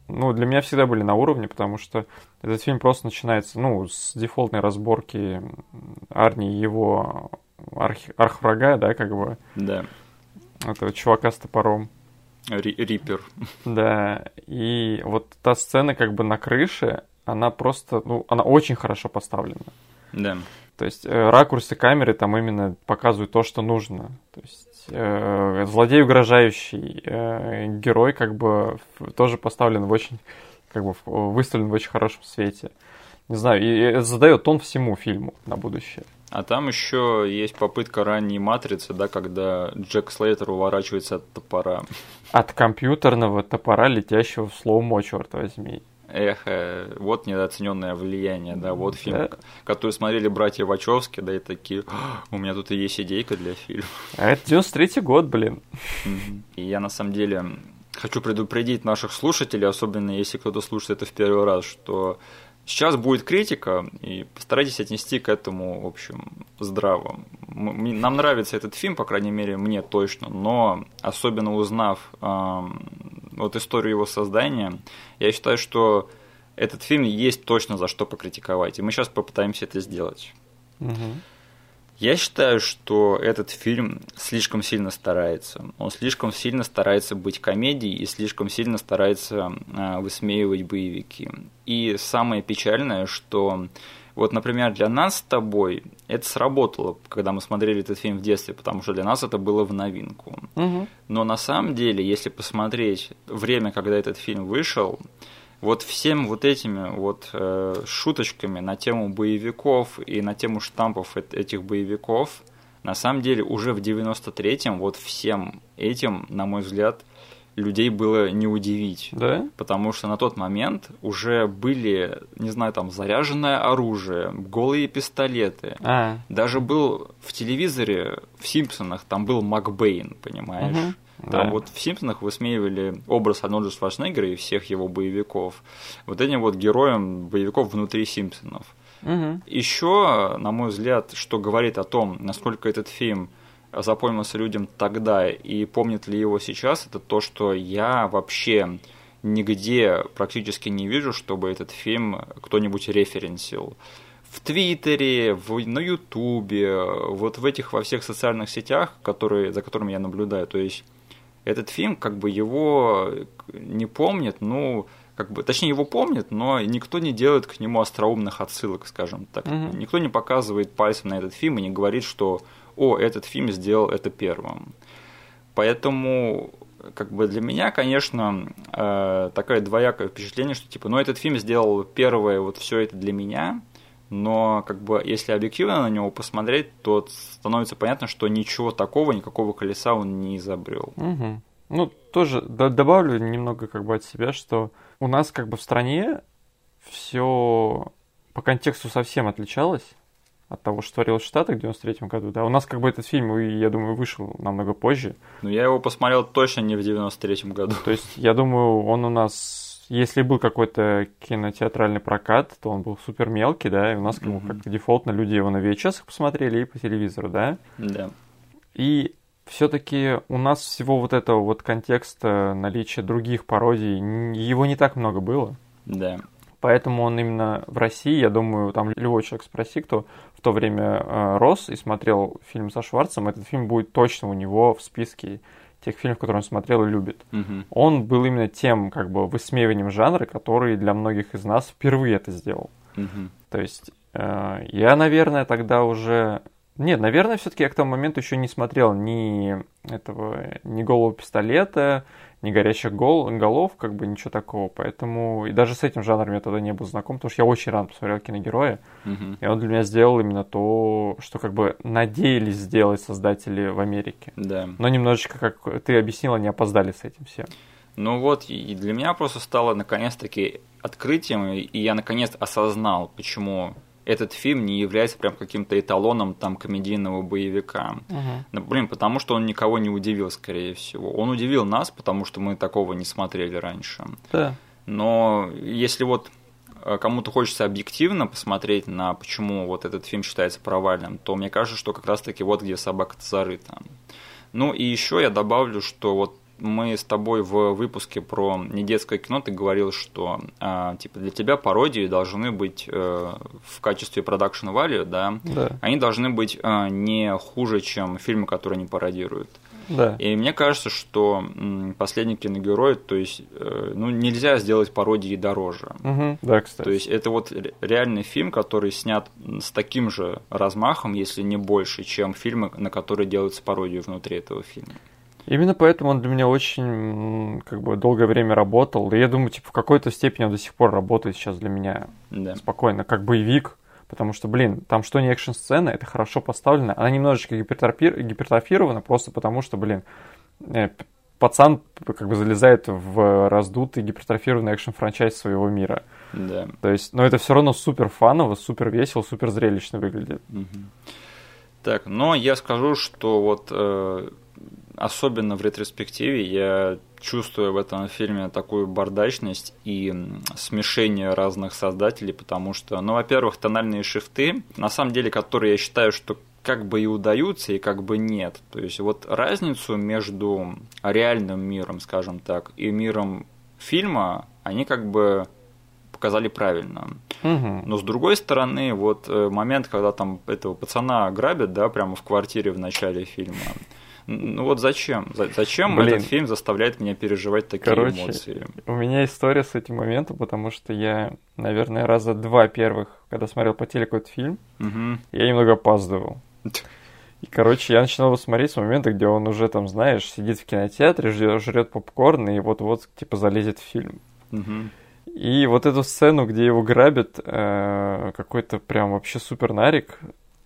ну, для меня всегда были на уровне, потому что этот фильм просто начинается, ну, с дефолтной разборки Арни и его арх... архврага, да, как бы. Да. Этого чувака с топором. Риппер. Да, и вот та сцена как бы на крыше, она просто, ну, она очень хорошо поставлена. Да. То есть э, ракурсы камеры там именно показывают то, что нужно. То есть э, злодей угрожающий, э, герой как бы тоже поставлен в очень, как бы выставлен в очень хорошем свете. Не знаю, и, и задает тон всему фильму на будущее. А там еще есть попытка ранней матрицы, да, когда Джек Слейтер уворачивается от топора. От компьютерного топора, летящего в слоумо, черт возьми. Эх, вот недооцененное влияние, да, вот фильм, да. который смотрели братья Вачовски, да, и такие, у меня тут и есть идейка для фильма. А это девяносто третий год, блин. И я на самом деле хочу предупредить наших слушателей, особенно если кто-то слушает это в первый раз, что сейчас будет критика, и постарайтесь отнести к этому, в общем, здраво. Нам нравится этот фильм, по крайней мере, мне точно, но особенно узнав э, вот историю его создания, я считаю, что этот фильм есть точно за что покритиковать, и мы сейчас попытаемся это сделать. Угу. Я считаю, что этот фильм слишком сильно старается. Он слишком сильно старается быть комедией и слишком сильно старается э, высмеивать боевики. И самое печальное, что вот, например, для нас с тобой это сработало, когда мы смотрели этот фильм в детстве, потому что для нас это было в новинку. Угу. Но на самом деле, если посмотреть время, когда этот фильм вышел, вот всем вот этими вот э, шуточками на тему боевиков и на тему штампов этих боевиков, на самом деле уже в девяносто третьем вот всем этим, на мой взгляд, людей было не удивить. Да? Потому что на тот момент уже были, не знаю, там, заряженное оружие, голые пистолеты. А. Даже был в телевизоре, в «Симпсонах», там был Макбейн, понимаешь? Угу. Там да. вот в «Симпсонах» высмеивали образ Арнольда Шварценеггера и всех его боевиков. Вот этим вот героем боевиков внутри «Симпсонов». Угу. Еще, на мой взгляд, что говорит о том, насколько этот фильм запомнился людям тогда и помнит ли его сейчас, это то, что я вообще нигде практически не вижу, чтобы этот фильм кто-нибудь референсил. В Твиттере, в, на Ютубе, вот в этих во всех социальных сетях, которые, за которыми я наблюдаю. То есть этот фильм, как бы его не помнит, ну, как бы, точнее, его помнит, но никто не делает к нему остроумных отсылок, скажем так. Mm-hmm. Никто не показывает пальцем на этот фильм и не говорит, что «О, этот фильм сделал это первым». Поэтому, как бы для меня, конечно, э, такое двоякое впечатление, что типа, ну, этот фильм сделал первое, вот все это для меня, но как бы если объективно на него посмотреть, то становится понятно, что ничего такого, никакого колеса он не изобрел. Угу. Ну, тоже д- добавлю немного как бы от себя, что у нас как бы в стране все по контексту совсем отличалось от того, что творилось в Штатах в девяносто третьем году. Да, у нас как бы этот фильм, я думаю, вышел намного позже. Ну, я его посмотрел точно не в девяносто третьем году. То есть, я думаю, он у нас, если был какой-то кинотеатральный прокат, то он был супер мелкий, да, и у нас как бы mm-hmm. как дефолтно люди его на ви эйч эс посмотрели и по телевизору, да? Да. И все-таки у нас всего вот этого вот контекста наличия других пародий, его не так много было. Да. Поэтому он именно в России, я думаю, там любой человек спроси, кто в то время э, рос и смотрел фильм со Шварцем, этот фильм будет точно у него в списке тех фильмов, которые он смотрел и любит. Угу. Он был именно тем, как бы, высмеиванием жанра, который для многих из нас впервые это сделал. Угу. То есть э, я, наверное, тогда уже... Нет, наверное, все-таки я к тому моменту еще не смотрел ни этого, ни «Голого пистолета», ни «Горящих гол, голов», как бы ничего такого. Поэтому и даже с этим жанром я тогда не был знаком, потому что я очень рано посмотрел «Киногероя». Uh-huh. И он для меня сделал именно то, что как бы надеялись сделать создатели в Америке. Да. Но немножечко, как ты объяснила, не опоздали с этим всем. Ну вот, и для меня просто стало наконец-таки открытием, и я наконец осознал, почему этот фильм не является прям каким-то эталоном там комедийного боевика. Uh-huh. Ну, блин, потому что он никого не удивил, скорее всего. Он удивил нас, потому что мы такого не смотрели раньше. Да. Но если вот кому-то хочется объективно посмотреть на почему вот этот фильм считается провальным, то мне кажется, что как раз-таки вот где собака-то зарыта. Ну и еще я добавлю, что вот мы с тобой в выпуске про недетское кино, ты говорил, что э, типа для тебя пародии должны быть э, в качестве production value, да, да. они должны быть э, не хуже, чем фильмы, которые они пародируют. Да. И мне кажется, что «Последний киногерой», то есть, ну, нельзя сделать пародии дороже. Угу. Да, кстати. То есть, это вот реальный фильм, который снят с таким же размахом, если не больше, чем фильмы, на которые делаются пародии внутри этого фильма. Именно поэтому он для меня очень, как бы, долгое время работал. И я думаю, типа, в какой-то степени он до сих пор работает сейчас для меня да. спокойно, как боевик. Потому что, блин, там что не экшн-сцена, это хорошо поставлено. Она немножечко гипертрофи... гипертрофирована, просто потому что, блин, пацан как бы залезает в раздутый гипертрофированный экшн-франчайз своего мира. Да. То есть, но это все равно супер фаново, супер весело, супер зрелищно выглядит. Угу. Так, но я скажу, что вот э, особенно в ретроспективе я чувствую в этом фильме такую бардачность и смешение разных создателей, потому что, ну, во-первых, тональные шрифты, на самом деле, которые я считаю, что как бы и удаются, и как бы нет. То есть вот разницу между реальным миром, скажем так, и миром фильма, они как бы показали правильно. Угу. Но с другой стороны, вот момент, когда там этого пацана грабят, да, прямо в квартире в начале фильма. Ну вот зачем? Зачем Блин. этот фильм заставляет меня переживать такие Короче, эмоции? У меня история с этим моментом, потому что я, наверное, раза два первых, когда смотрел по телеку этот фильм, угу. я немного опаздывал. И, короче, я начинал его смотреть с момента, где он уже там, знаешь, сидит в кинотеатре, жрет попкорн и вот-вот, типа, залезет в фильм. Угу. И вот эту сцену, где его грабят, э, какой-то прям вообще супер нарик,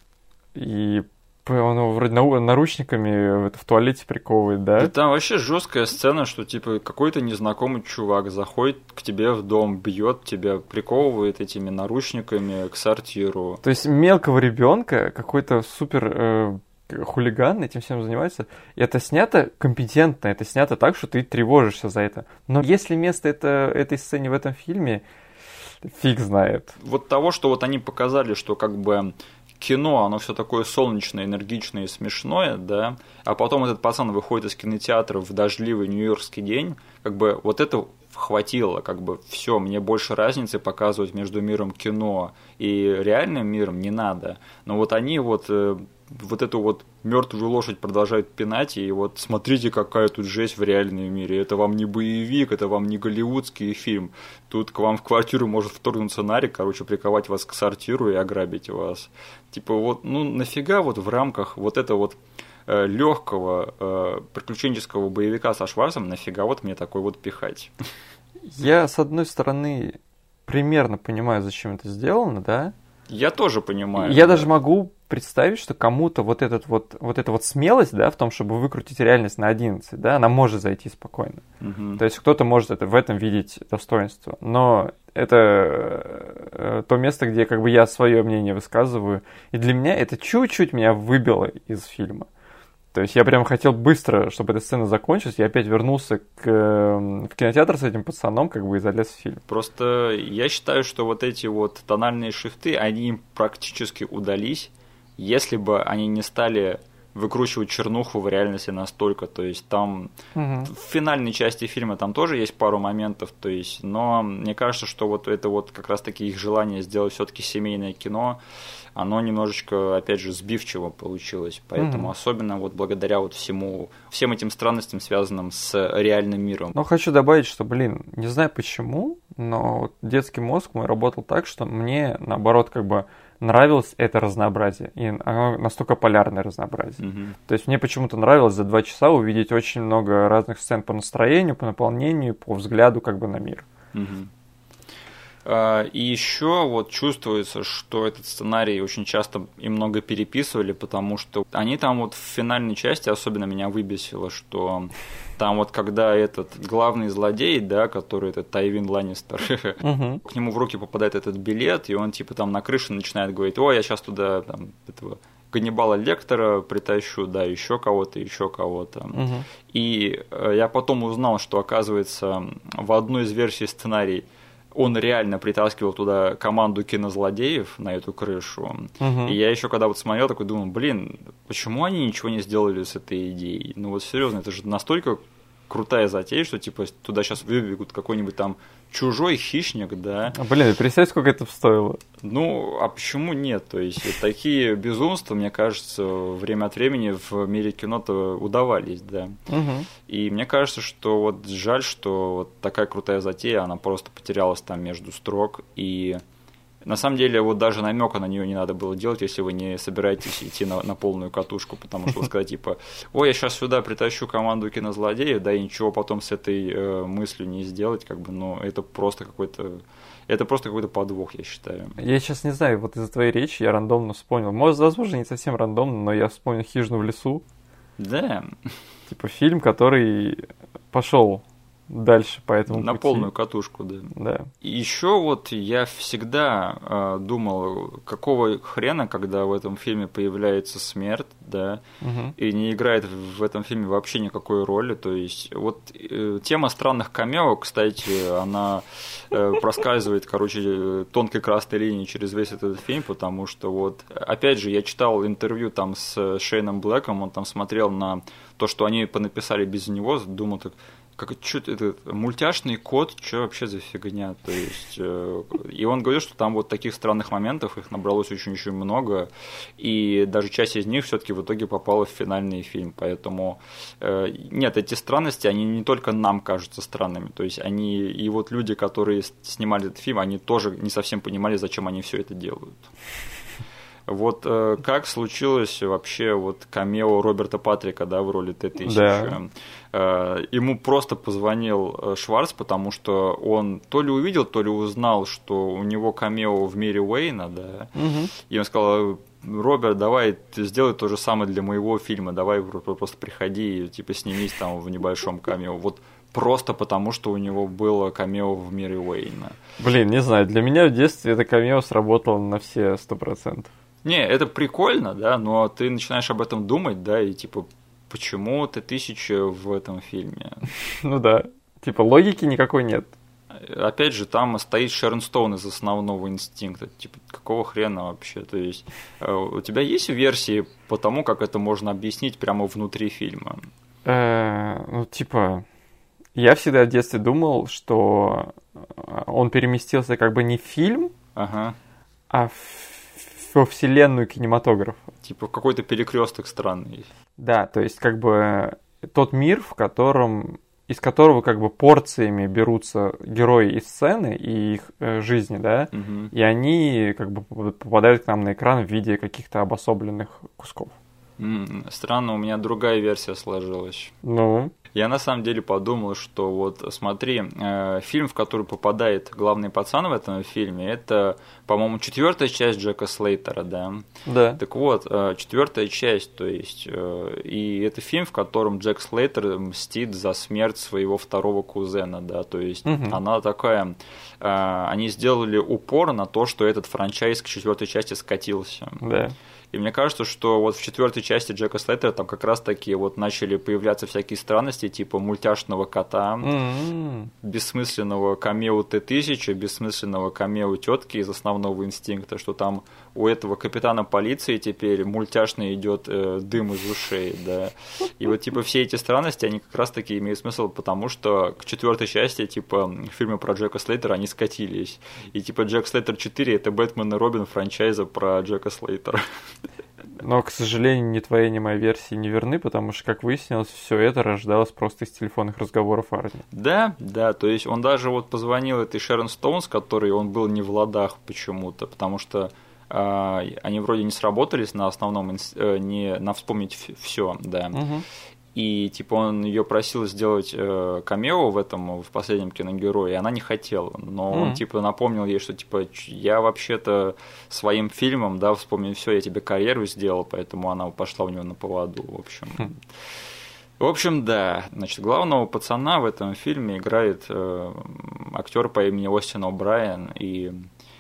и он его вроде наручниками в туалете приковывает, да? Да там вообще жесткая сцена, что типа какой-то незнакомый чувак заходит к тебе в дом, бьет тебя, приковывает этими наручниками к сортиру. То есть мелкого ребенка какой-то супер э, хулиган этим всем занимается. И это снято компетентно, это снято так, что ты тревожишься за это. Но если место это, этой сцене в этом фильме, фиг знает. Вот того, что вот они показали, что как бы кино, оно все такое солнечное, энергичное и смешное, да, а потом этот пацан выходит из кинотеатра в дождливый нью-йоркский день, как бы вот это хватило, как бы все, мне больше разницы показывать между миром кино и реальным миром не надо. Но вот они вот вот эту вот мертвую лошадь продолжают пинать, и вот смотрите, какая тут жесть в реальном мире. Это вам не боевик, это вам не голливудский фильм. Тут к вам в квартиру может вторгнуться нарик, короче, приковать вас к сортиру и ограбить вас. Типа вот, ну нафига вот в рамках вот этого вот э, легкого э, приключенческого боевика со Шварцем, нафига вот мне такой вот пихать? Я, с одной стороны, примерно понимаю, зачем это сделано, да? Я тоже понимаю. Я да. даже могу представить, что кому-то вот, этот вот, вот эта вот смелость, да, в том, чтобы выкрутить реальность на одиннадцать, да, она может зайти спокойно. Угу. То есть кто-то может это, в этом видеть достоинство. Но это э, то место, где как бы я свое мнение высказываю. И для меня это чуть-чуть меня выбило из фильма. То есть я прям хотел быстро, чтобы эта сцена закончилась, я опять вернулся к, в кинотеатр с этим пацаном, как бы и залез в фильм. Просто я считаю, что вот эти вот тональные шрифты, они им практически удались, если бы они не стали выкручивать чернуху в реальности настолько. То есть там угу. в финальной части фильма там тоже есть пару моментов, то есть, но мне кажется, что вот это вот как раз-таки их желание сделать все-таки семейное кино, оно немножечко, опять же, сбивчиво получилось. Поэтому mm-hmm. особенно вот благодаря вот всему, всем этим странностям, связанным с реальным миром. Но хочу добавить, что, блин, не знаю почему, но вот детский мозг мой работал так, что мне, наоборот, как бы нравилось это разнообразие. И оно настолько полярное разнообразие. Mm-hmm. То есть мне почему-то нравилось за два часа увидеть очень много разных сцен по настроению, по наполнению, по взгляду как бы на мир. Mm-hmm. И еще вот чувствуется, что этот сценарий очень часто и много переписывали, потому что они там вот в финальной части, особенно меня выбесило, что там вот когда этот главный злодей, да, который этот Тайвин Ланнистер, uh-huh. к нему в руки попадает этот билет, и он типа там на крыше начинает говорить: ой, я сейчас туда там, этого Ганнибала Лектора притащу, да, еще кого-то, еще кого-то. Uh-huh. И я потом узнал, что, оказывается, в одной из версий сценария он реально притаскивал туда команду кинозлодеев на эту крышу. Uh-huh. И я еще когда вот смотрел, такой думал, блин, почему они ничего не сделали с этой идеей? Ну вот серьезно, это же настолько крутая затея, что типа туда сейчас выбегут какой-нибудь там чужой хищник, да. А, блин, представь, сколько это стоило. Ну, а почему нет? То есть такие безумства, мне кажется, время от времени в мире кино-то удавались, да. Угу. И мне кажется, что вот жаль, что вот такая крутая затея, она просто потерялась там между строк. И на самом деле вот даже намека на нее не надо было делать, если вы не собираетесь идти на, на полную катушку, потому что сказать типа, ой, я сейчас сюда притащу команду кинозлодеев, да и ничего потом с этой э, мыслью не сделать, как бы, ну, это просто какой-то, это просто какой-то подвох, я считаю. Я сейчас не знаю, вот из-за твоей речи я рандомно вспомнил, может, возможно, не совсем рандомно, но я вспомнил «Хижину в лесу». Да. Типа фильм, который пошел дальше по этому на пути. полную катушку, да. Да. И еще вот я всегда э, думал, какого хрена, когда в этом фильме появляется смерть, да, угу. и не играет в этом фильме вообще никакой роли. То есть вот э, тема странных камео, кстати, она э, проскальзывает, короче, тонкой красной линией через весь этот фильм, потому что вот, опять же, я читал интервью там с Шейном Блэком, он там смотрел на то, что они понаписали без него, думал так, как что это мультяшный кот, что вообще за фигня, то есть, э, и он говорил, что там вот таких странных моментов, их набралось очень-очень много, и даже часть из них все-таки в итоге попала в финальный фильм, поэтому, э, нет, эти странности, они не только нам кажутся странными, то есть они, и вот люди, которые снимали этот фильм, они тоже не совсем понимали, зачем они все это делают. Вот э, как случилось вообще вот камео Роберта Патрика, да, в роли Т тысяча. Да. Э, ему просто позвонил Шварц, потому что он то ли увидел, то ли узнал, что у него камео в мире Уэйна, да, угу. и он сказал: Роберт, давай ты сделай то же самое для моего фильма, давай просто приходи и типа снимись там в небольшом камео. Вот просто потому, что у него было камео в мире Уэйна. Блин, не знаю, для меня в детстве это камео сработало на все сто процентов. Не, это прикольно, да, но ты начинаешь об этом думать, да, и типа, почему Т тысяча в этом фильме? Ну да, типа логики никакой нет. Опять же, там стоит Шерон Стоун из «Основного инстинкта», типа, какого хрена вообще? То есть, у тебя есть версии по тому, как это можно объяснить прямо внутри фильма? Ну, типа, я всегда в детстве думал, что он переместился как бы не в фильм, ага. а в во вселенную кинематографа. Типа какой-то перекресток странный. Да, то есть как бы тот мир, в котором, из которого как бы порциями берутся герои из сцены и их э, жизни, да, угу. и они как бы попадают к нам на экран в виде каких-то обособленных кусков. М-м, странно, у меня другая версия сложилась. Ну? Я на самом деле подумал, что вот смотри, э, фильм, в который попадает главный пацан в этом фильме, это, по-моему, четвертая часть Джека Слейтера, да? Да. Так вот, э, четвертая часть, то есть, э, и это фильм, в котором Джек Слейтер мстит за смерть своего второго кузена, да, то есть угу. она такая, э, они сделали упор на то, что этот франчайз к четвертой части скатился. Да. И мне кажется, что вот в четвертой части Джека Слейтера там как раз таки вот начали появляться всякие странности, типа мультяшного кота, mm-hmm. бессмысленного камео Т тысяча, бессмысленного камео тетки из «Основного инстинкта», что там у этого капитана полиции теперь мультяшно идет э, дым из ушей, да. И вот типа все эти странности, они как раз таки имеют смысл, потому что к четвертой части, типа, в фильме про Джека Слейтера они скатились. И типа Джек Слейтер четыре это Бэтмен и Робин франчайза про Джека Слейтера. Но, к сожалению, ни твоя, ни моя версии не верны, потому что, как выяснилось, все это рождалось просто из телефонных разговоров Арни. Да, да, то есть он даже вот позвонил этой Шерон Стоун, с которой он был не в ладах почему-то, потому что э, они вроде не сработались на основном, э, не на вспомнить все, да. Угу. И типа он ее просил сделать э, камео в этом, в последнем киногерое, и она не хотела. Но mm-hmm. он типа напомнил ей, что типа я вообще-то своим фильмом, да, вспомнил все, я тебе карьеру сделал, поэтому она пошла у него на поводу, в общем. Mm-hmm. В общем, да, значит, главного пацана в этом фильме играет э, актер по имени Остин О'Брайен, и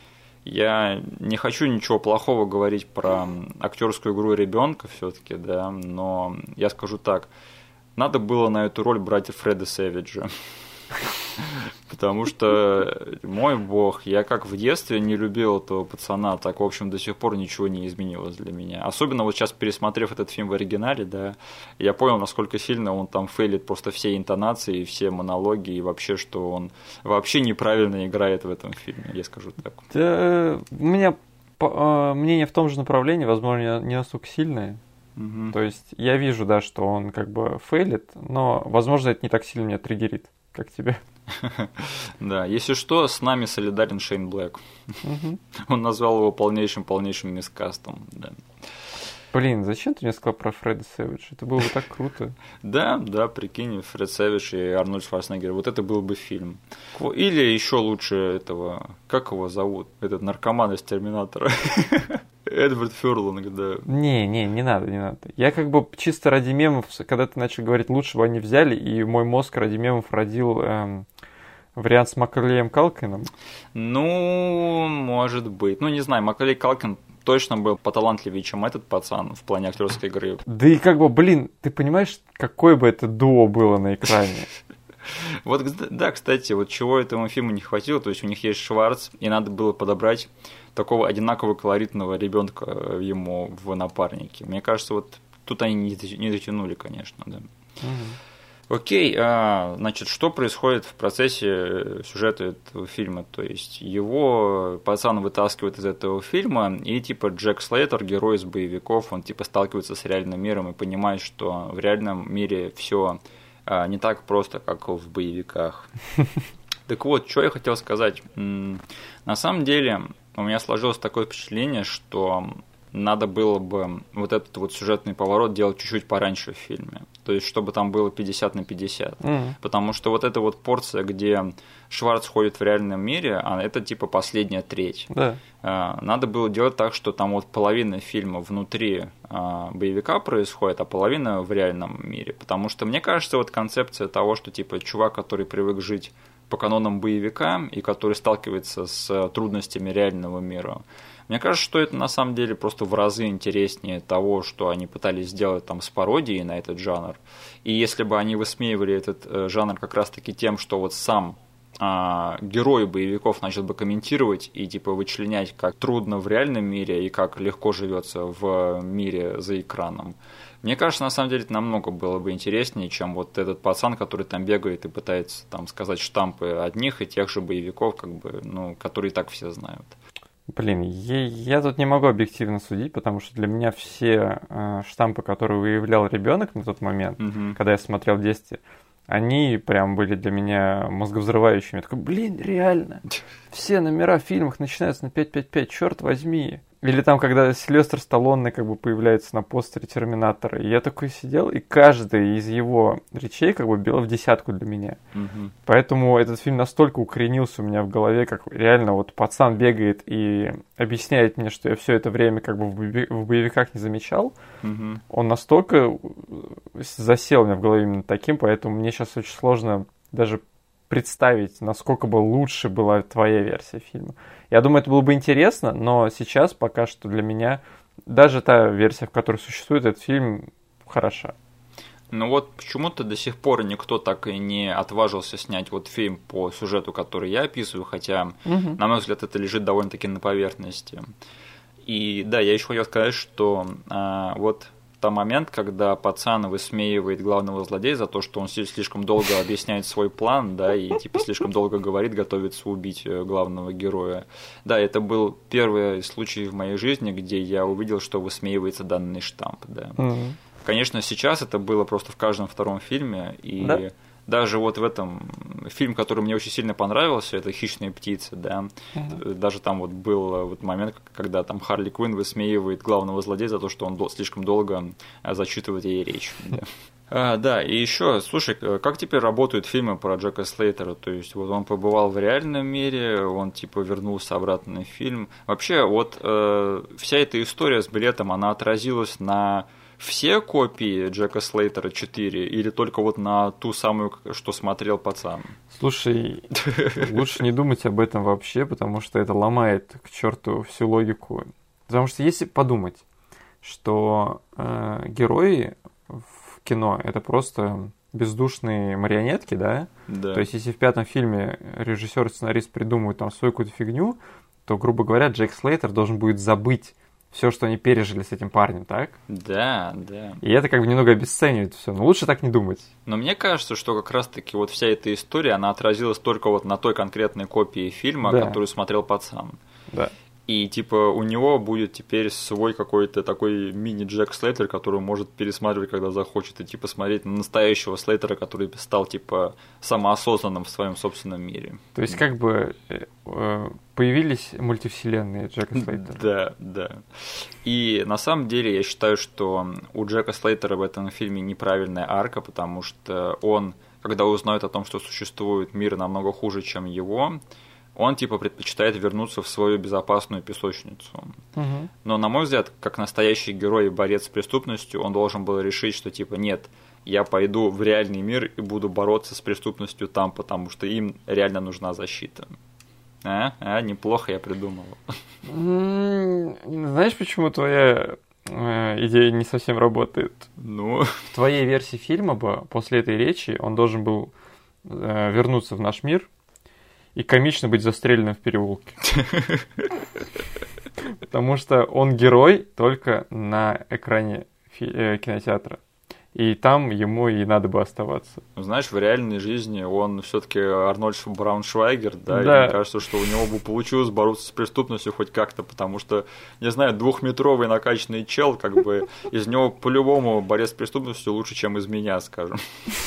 я не хочу ничего плохого говорить про актерскую игру ребенка все-таки, да, но я скажу так, надо было на эту роль брать Фреда Сэвиджа. Потому что, мой бог, я как в детстве не любил этого пацана, так, в общем, до сих пор ничего не изменилось для меня. Особенно вот сейчас, пересмотрев этот фильм в оригинале, да, я понял, насколько сильно он там фейлит просто все интонации, все монологи, и вообще, что он вообще неправильно играет в этом фильме, я скажу так. Да, у меня мнение в том же направлении, возможно, не настолько сильное. Угу. То есть я вижу, да, что он как бы фейлит, но, возможно, это не так сильно меня триггерит, как тебе. Да, если что, с нами солидарен Шейн Блэк. Он назвал его полнейшим-полнейшим мискастом. Да. Блин, зачем ты мне сказал про Фреда Сэвиджа? Это было бы так круто. Да, да, прикинь, Фред Сэвидж и Арнольд Шварценеггер. Вот это был бы фильм. Или еще лучше этого, как его зовут? Этот наркоман из Терминатора. Эдвард Фёрлинг, да. Не, не, не надо, не надо. Я как бы чисто ради мемов, когда ты начал говорить, лучше бы они взяли, и мой мозг ради мемов родил эм, вариант с Маколеем Калкином. Ну, может быть. Ну, не знаю, Маколей Калкин точно был поталантливее, чем этот пацан в плане актерской игры. Да и как бы, блин, ты понимаешь, какое бы это дуо было на экране? Вот, да, кстати, вот чего этому фильму не хватило, то есть у них есть Шварц, и надо было подобрать такого одинаково колоритного ребенка ему в напарнике. Мне кажется, вот тут они не дотянули, конечно, да. Угу. Окей, а, значит, что происходит в процессе сюжета этого фильма? То есть его пацан вытаскивает из этого фильма, и типа Джек Слейтер, герой из боевиков, он типа сталкивается с реальным миром и понимает, что в реальном мире все не так просто, как в боевиках. Так вот, что я хотел сказать. На самом деле, у меня сложилось такое впечатление, что надо было бы вот этот вот сюжетный поворот делать чуть-чуть пораньше в фильме. То есть, чтобы там было пятьдесят на пятьдесят. Mm-hmm. Потому что вот эта вот порция, где Шварц ходит в реальном мире, а это типа последняя треть. Yeah. Надо было делать так, что там вот половина фильма внутри боевика происходит, а половина в реальном мире. Потому что мне кажется, вот концепция того, что типа чувак, который привык жить по канонам боевика и который сталкивается с трудностями реального мира, мне кажется, что это на самом деле просто в разы интереснее того, что они пытались сделать там с пародией на этот жанр. И если бы они высмеивали этот э, жанр как раз-таки тем, что вот сам э, герой боевиков начал бы комментировать и типа вычленять, как трудно в реальном мире и как легко живется в мире за экраном, мне кажется, на самом деле это намного было бы интереснее, чем вот этот пацан, который там бегает и пытается там сказать штампы одних и тех же боевиков, как бы, ну, которые и так все знают. Блин, я, я тут не могу объективно судить, потому что для меня все э, штампы, которые выявлял ребенок на тот момент, mm-hmm. когда я смотрел в детстве, они прям были для меня мозговзрывающими. Я такой, блин, реально, все номера в фильмах начинаются на пять пять пять, черт возьми. Или там, когда Сильвестр Сталлоне как бы появляется на постере Терминатора, и я такой сидел, и каждый из его речей как бы бил в десятку для меня. Mm-hmm. Поэтому этот фильм настолько укоренился у меня в голове, как реально вот пацан бегает и объясняет мне, что я все это время как бы в боевиках не замечал. Mm-hmm. Он настолько засел у меня в голове именно таким, поэтому мне сейчас очень сложно даже представить, насколько бы лучше была твоя версия фильма. Я думаю, это было бы интересно, но сейчас пока что для меня даже та версия, в которой существует этот фильм, хороша. Ну вот почему-то до сих пор никто так и не отважился снять вот фильм по сюжету, который я описываю, хотя, угу. на мой взгляд, это лежит довольно-таки на поверхности. И да, я еще хотел сказать, что а, вот тот момент, когда пацан высмеивает главного злодея за то, что он слишком долго объясняет свой план, да, и типа слишком долго говорит, готовится убить главного героя. Да, это был первый случай в моей жизни, где я увидел, что высмеивается данный штамп, да. Mm-hmm. Конечно, сейчас это было просто в каждом втором фильме, и да? Даже вот в этом фильм, который мне очень сильно понравился, это «Хищные птицы», да, uh-huh. даже там вот был вот момент, когда там Харли Квинн высмеивает главного злодея за то, что он дол- слишком долго зачитывает ей речь. Да. А, да, и еще, слушай, как теперь работают фильмы про Джека Слейтера? То есть вот он побывал в реальном мире, он типа вернулся обратно в фильм. Вообще вот э, вся эта история с билетом, она отразилась на все копии Джека Слейтера четыре или только вот на ту самую, что смотрел пацан? Слушай, лучше не думать об этом вообще, потому что это ломает к черту всю логику. Потому что если подумать, что э, герои в кино это просто бездушные марионетки, да? Да. То есть, если в пятом фильме режиссер и сценарист придумывают там свою какую-то фигню, то, грубо говоря, Джек Слейтер должен будет забыть все, что они пережили с этим парнем, так? Да, да. И это как бы немного обесценивает все. Но лучше так не думать. Но мне кажется, что как раз-таки вот вся эта история, она отразилась только вот на той конкретной копии фильма, Да. которую смотрел пацан. Да. И типа у него будет теперь свой какой-то такой мини-Джек Слейтер, который может пересматривать, когда захочет, и типа смотреть на настоящего Слейтера, который стал типа самоосознанным в своем собственном мире. То есть как бы э, появились мультивселенные Джека Слейтера. Да, да. И на самом деле я считаю, что у Джека Слейтера в этом фильме неправильная арка, потому что он, когда узнает о том, что существует мир намного хуже, чем его, он типа предпочитает вернуться в свою безопасную песочницу. Угу. Но, на мой взгляд, как настоящий герой и борец с преступностью, он должен был решить, что типа нет, я пойду в реальный мир и буду бороться с преступностью там, потому что им реально нужна защита. А, а неплохо я придумал. Знаешь, почему твоя э, идея не совсем работает? Ну, В твоей версии фильма бы после этой речи он должен был э, вернуться в наш мир и комично быть застреленным в переулке. Потому что он герой только на экране фи- э, кинотеатра. И там ему и надо бы оставаться. знаешь, в реальной жизни он все-таки Арнольд Брауншвайгер, да, Да. и мне кажется, что у него бы получилось бороться с преступностью хоть как-то, потому что, не знаю, двухметровый накачанный чел, как бы из него по-любому борец с преступностью лучше, чем из меня, скажем.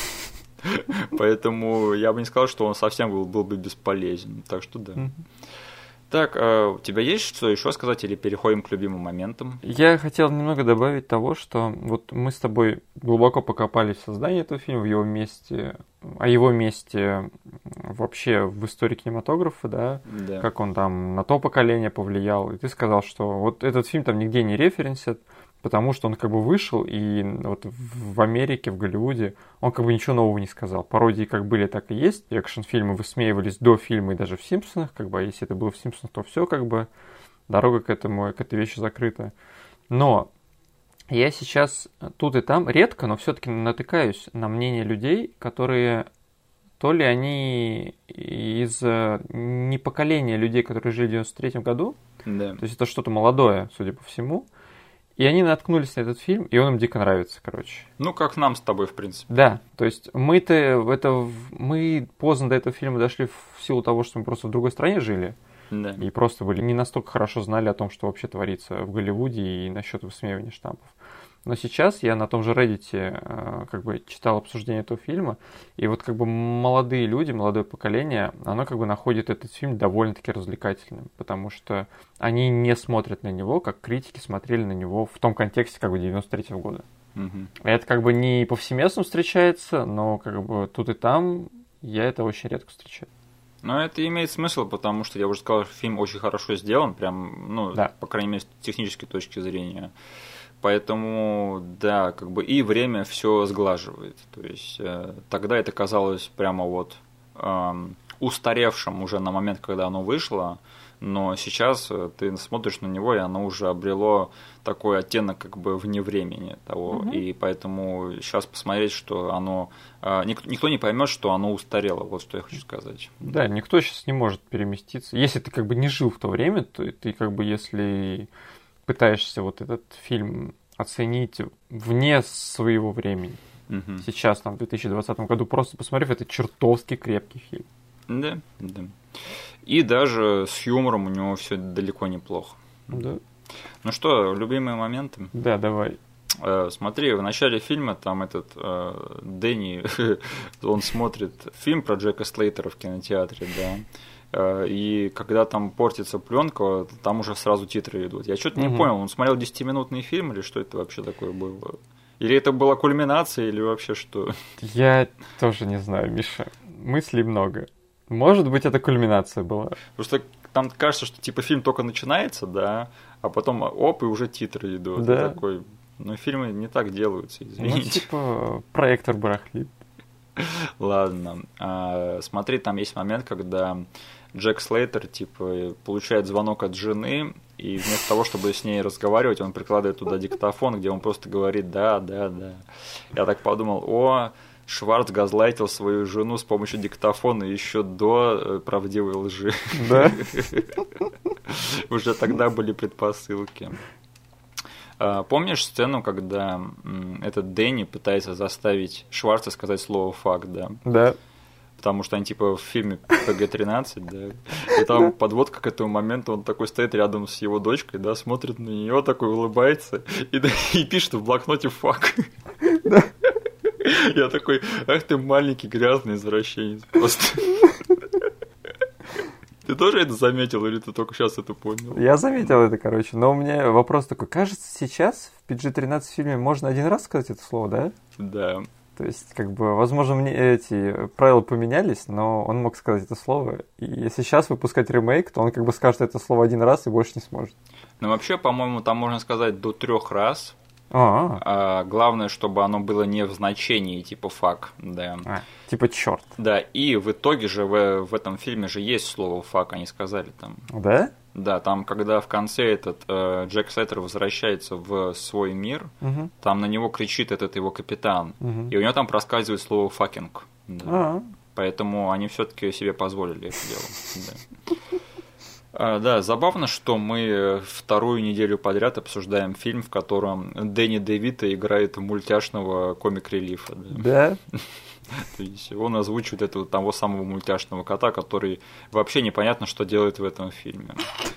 Поэтому я бы не сказал, что он совсем был, был бы бесполезен. Так что да. Так, а у тебя есть что еще сказать или переходим к любимым моментам? Я хотел немного добавить того, что вот мы с тобой глубоко покопались в создании этого фильма, в его месте, о его месте вообще в истории кинематографа, да, Да. как он там на то поколение повлиял. И ты сказал, что вот этот фильм там нигде не референсит, потому что он как бы вышел, и вот в Америке, в Голливуде, он как бы ничего нового не сказал. Пародии как были, так и есть. Экшн-фильмы высмеивались до фильма и даже в «Симпсонах», как бы, а если это было в «Симпсонах», то все как бы, дорога к этому, к этой вещи закрыта. Но я сейчас тут и там редко, но все-таки натыкаюсь на мнение людей, которые то ли они из э, не поколения людей, которые жили в девяносто третьем году, Да. то есть это что-то молодое, судя по всему, и они наткнулись на этот фильм, и он им дико нравится, короче. Ну, как нам с тобой, в принципе. Да, то есть мы-то это мы поздно до этого фильма дошли в силу того, что мы просто в другой стране жили, Да. и просто были не настолько хорошо знали о том, что вообще творится в Голливуде и насчет высмеивания штампов. Но сейчас я на том же Reddit э, как бы читал обсуждение этого фильма, и вот как бы молодые люди, молодое поколение, оно как бы находит этот фильм довольно-таки развлекательным, потому что они не смотрят на него, как критики смотрели на него в том контексте как бы девяносто третьего года. Мгм. Это как бы не повсеместно встречается, но как бы тут и там я это очень редко встречаю. Но это имеет смысл, потому что, я уже сказал, фильм очень хорошо сделан, прям, ну, Да. по крайней мере, с технической точки зрения. Поэтому, да, как бы и время все сглаживает. То есть э, тогда это казалось прямо вот эм, устаревшим уже на момент, когда оно вышло, но сейчас э, ты смотришь на него, и оно уже обрело такой оттенок как бы вне времени того. Мгм. И поэтому сейчас посмотреть, что оно... э, ник- никто не поймет, что оно устарело, вот что я хочу сказать. Да, никто сейчас не может переместиться. Если ты как бы не жил в то время, то ты как бы если пытаешься вот этот фильм оценить вне своего времени. Мгм. Сейчас, там, в две тысячи двадцатом году, просто посмотрев, это чертовски крепкий фильм. Да, да. И даже с юмором у него все далеко неплохо. Да, Ну что, любимые моменты? да, давай. Э, Смотри, в начале фильма там этот э, Дэнни, он смотрит фильм про Джека Слейтера в кинотеатре, да. Э, И когда там портится пленка, там уже сразу титры идут. Я что-то не Мгм. понял, он смотрел десятиминутный фильм или что это вообще такое было? Или это была кульминация, или вообще что? Я тоже не знаю, Миша. Мыслей много. Может быть, это кульминация была. Потому что там кажется, что типа фильм только начинается, да, а потом оп, и уже титры идут. Да. И такой, ну фильмы не так делаются, Ну, извините. типа, проектор барахлит. Ладно. А, смотри, там есть момент, когда Джек Слейтер, типа, получает звонок от жены, и вместо того, чтобы с ней разговаривать, он прикладывает туда диктофон, где он просто говорит «да, да, да». Я так подумал, о, Шварц газлайтил свою жену с помощью диктофона еще до правдивой лжи. Да? Уже тогда были предпосылки. Помнишь сцену, когда этот Дэнни пытается заставить Шварца сказать слово «фак», да? Да. Потому что они типа в фильме пэ гэ тринадцать, да, и там подводка к этому моменту, он такой стоит рядом с его дочкой, да, смотрит на нее, такой улыбается и, да, и пишет в блокноте «фак». Да. Я такой, ах ты маленький грязный извращенец просто. Ты тоже это заметил или ты только сейчас это понял? Я заметил это, короче, но у меня вопрос такой, кажется, сейчас в пи джи тринадцать фильме можно один раз сказать это слово, да? Да. То есть, как бы, возможно, мне эти правила поменялись, но он мог сказать это слово. И если сейчас выпускать ремейк, то он как бы скажет это слово один раз и больше не сможет. Ну, вообще, по-моему, там можно сказать до трех раз. А-а-а. А, главное, чтобы оно было не в значении, типа фак, да. А, типа черт. Да, и в итоге же в, в этом фильме же есть слово фак, они сказали там. Да? Да, там, когда в конце этот э, Джек Слейтер возвращается в свой мир, угу. Там на него кричит этот его капитан, угу. И у него там проскальзывает слово факинг. Да. А-а. Поэтому они все-таки себе позволили это дело. Да. А, да, забавно, что мы вторую неделю подряд обсуждаем фильм, в котором Дэнни Девито играет мультяшного комик-релифа. Да? Да? То есть он озвучивает этого того самого мультяшного кота, который вообще непонятно, что делает в этом фильме.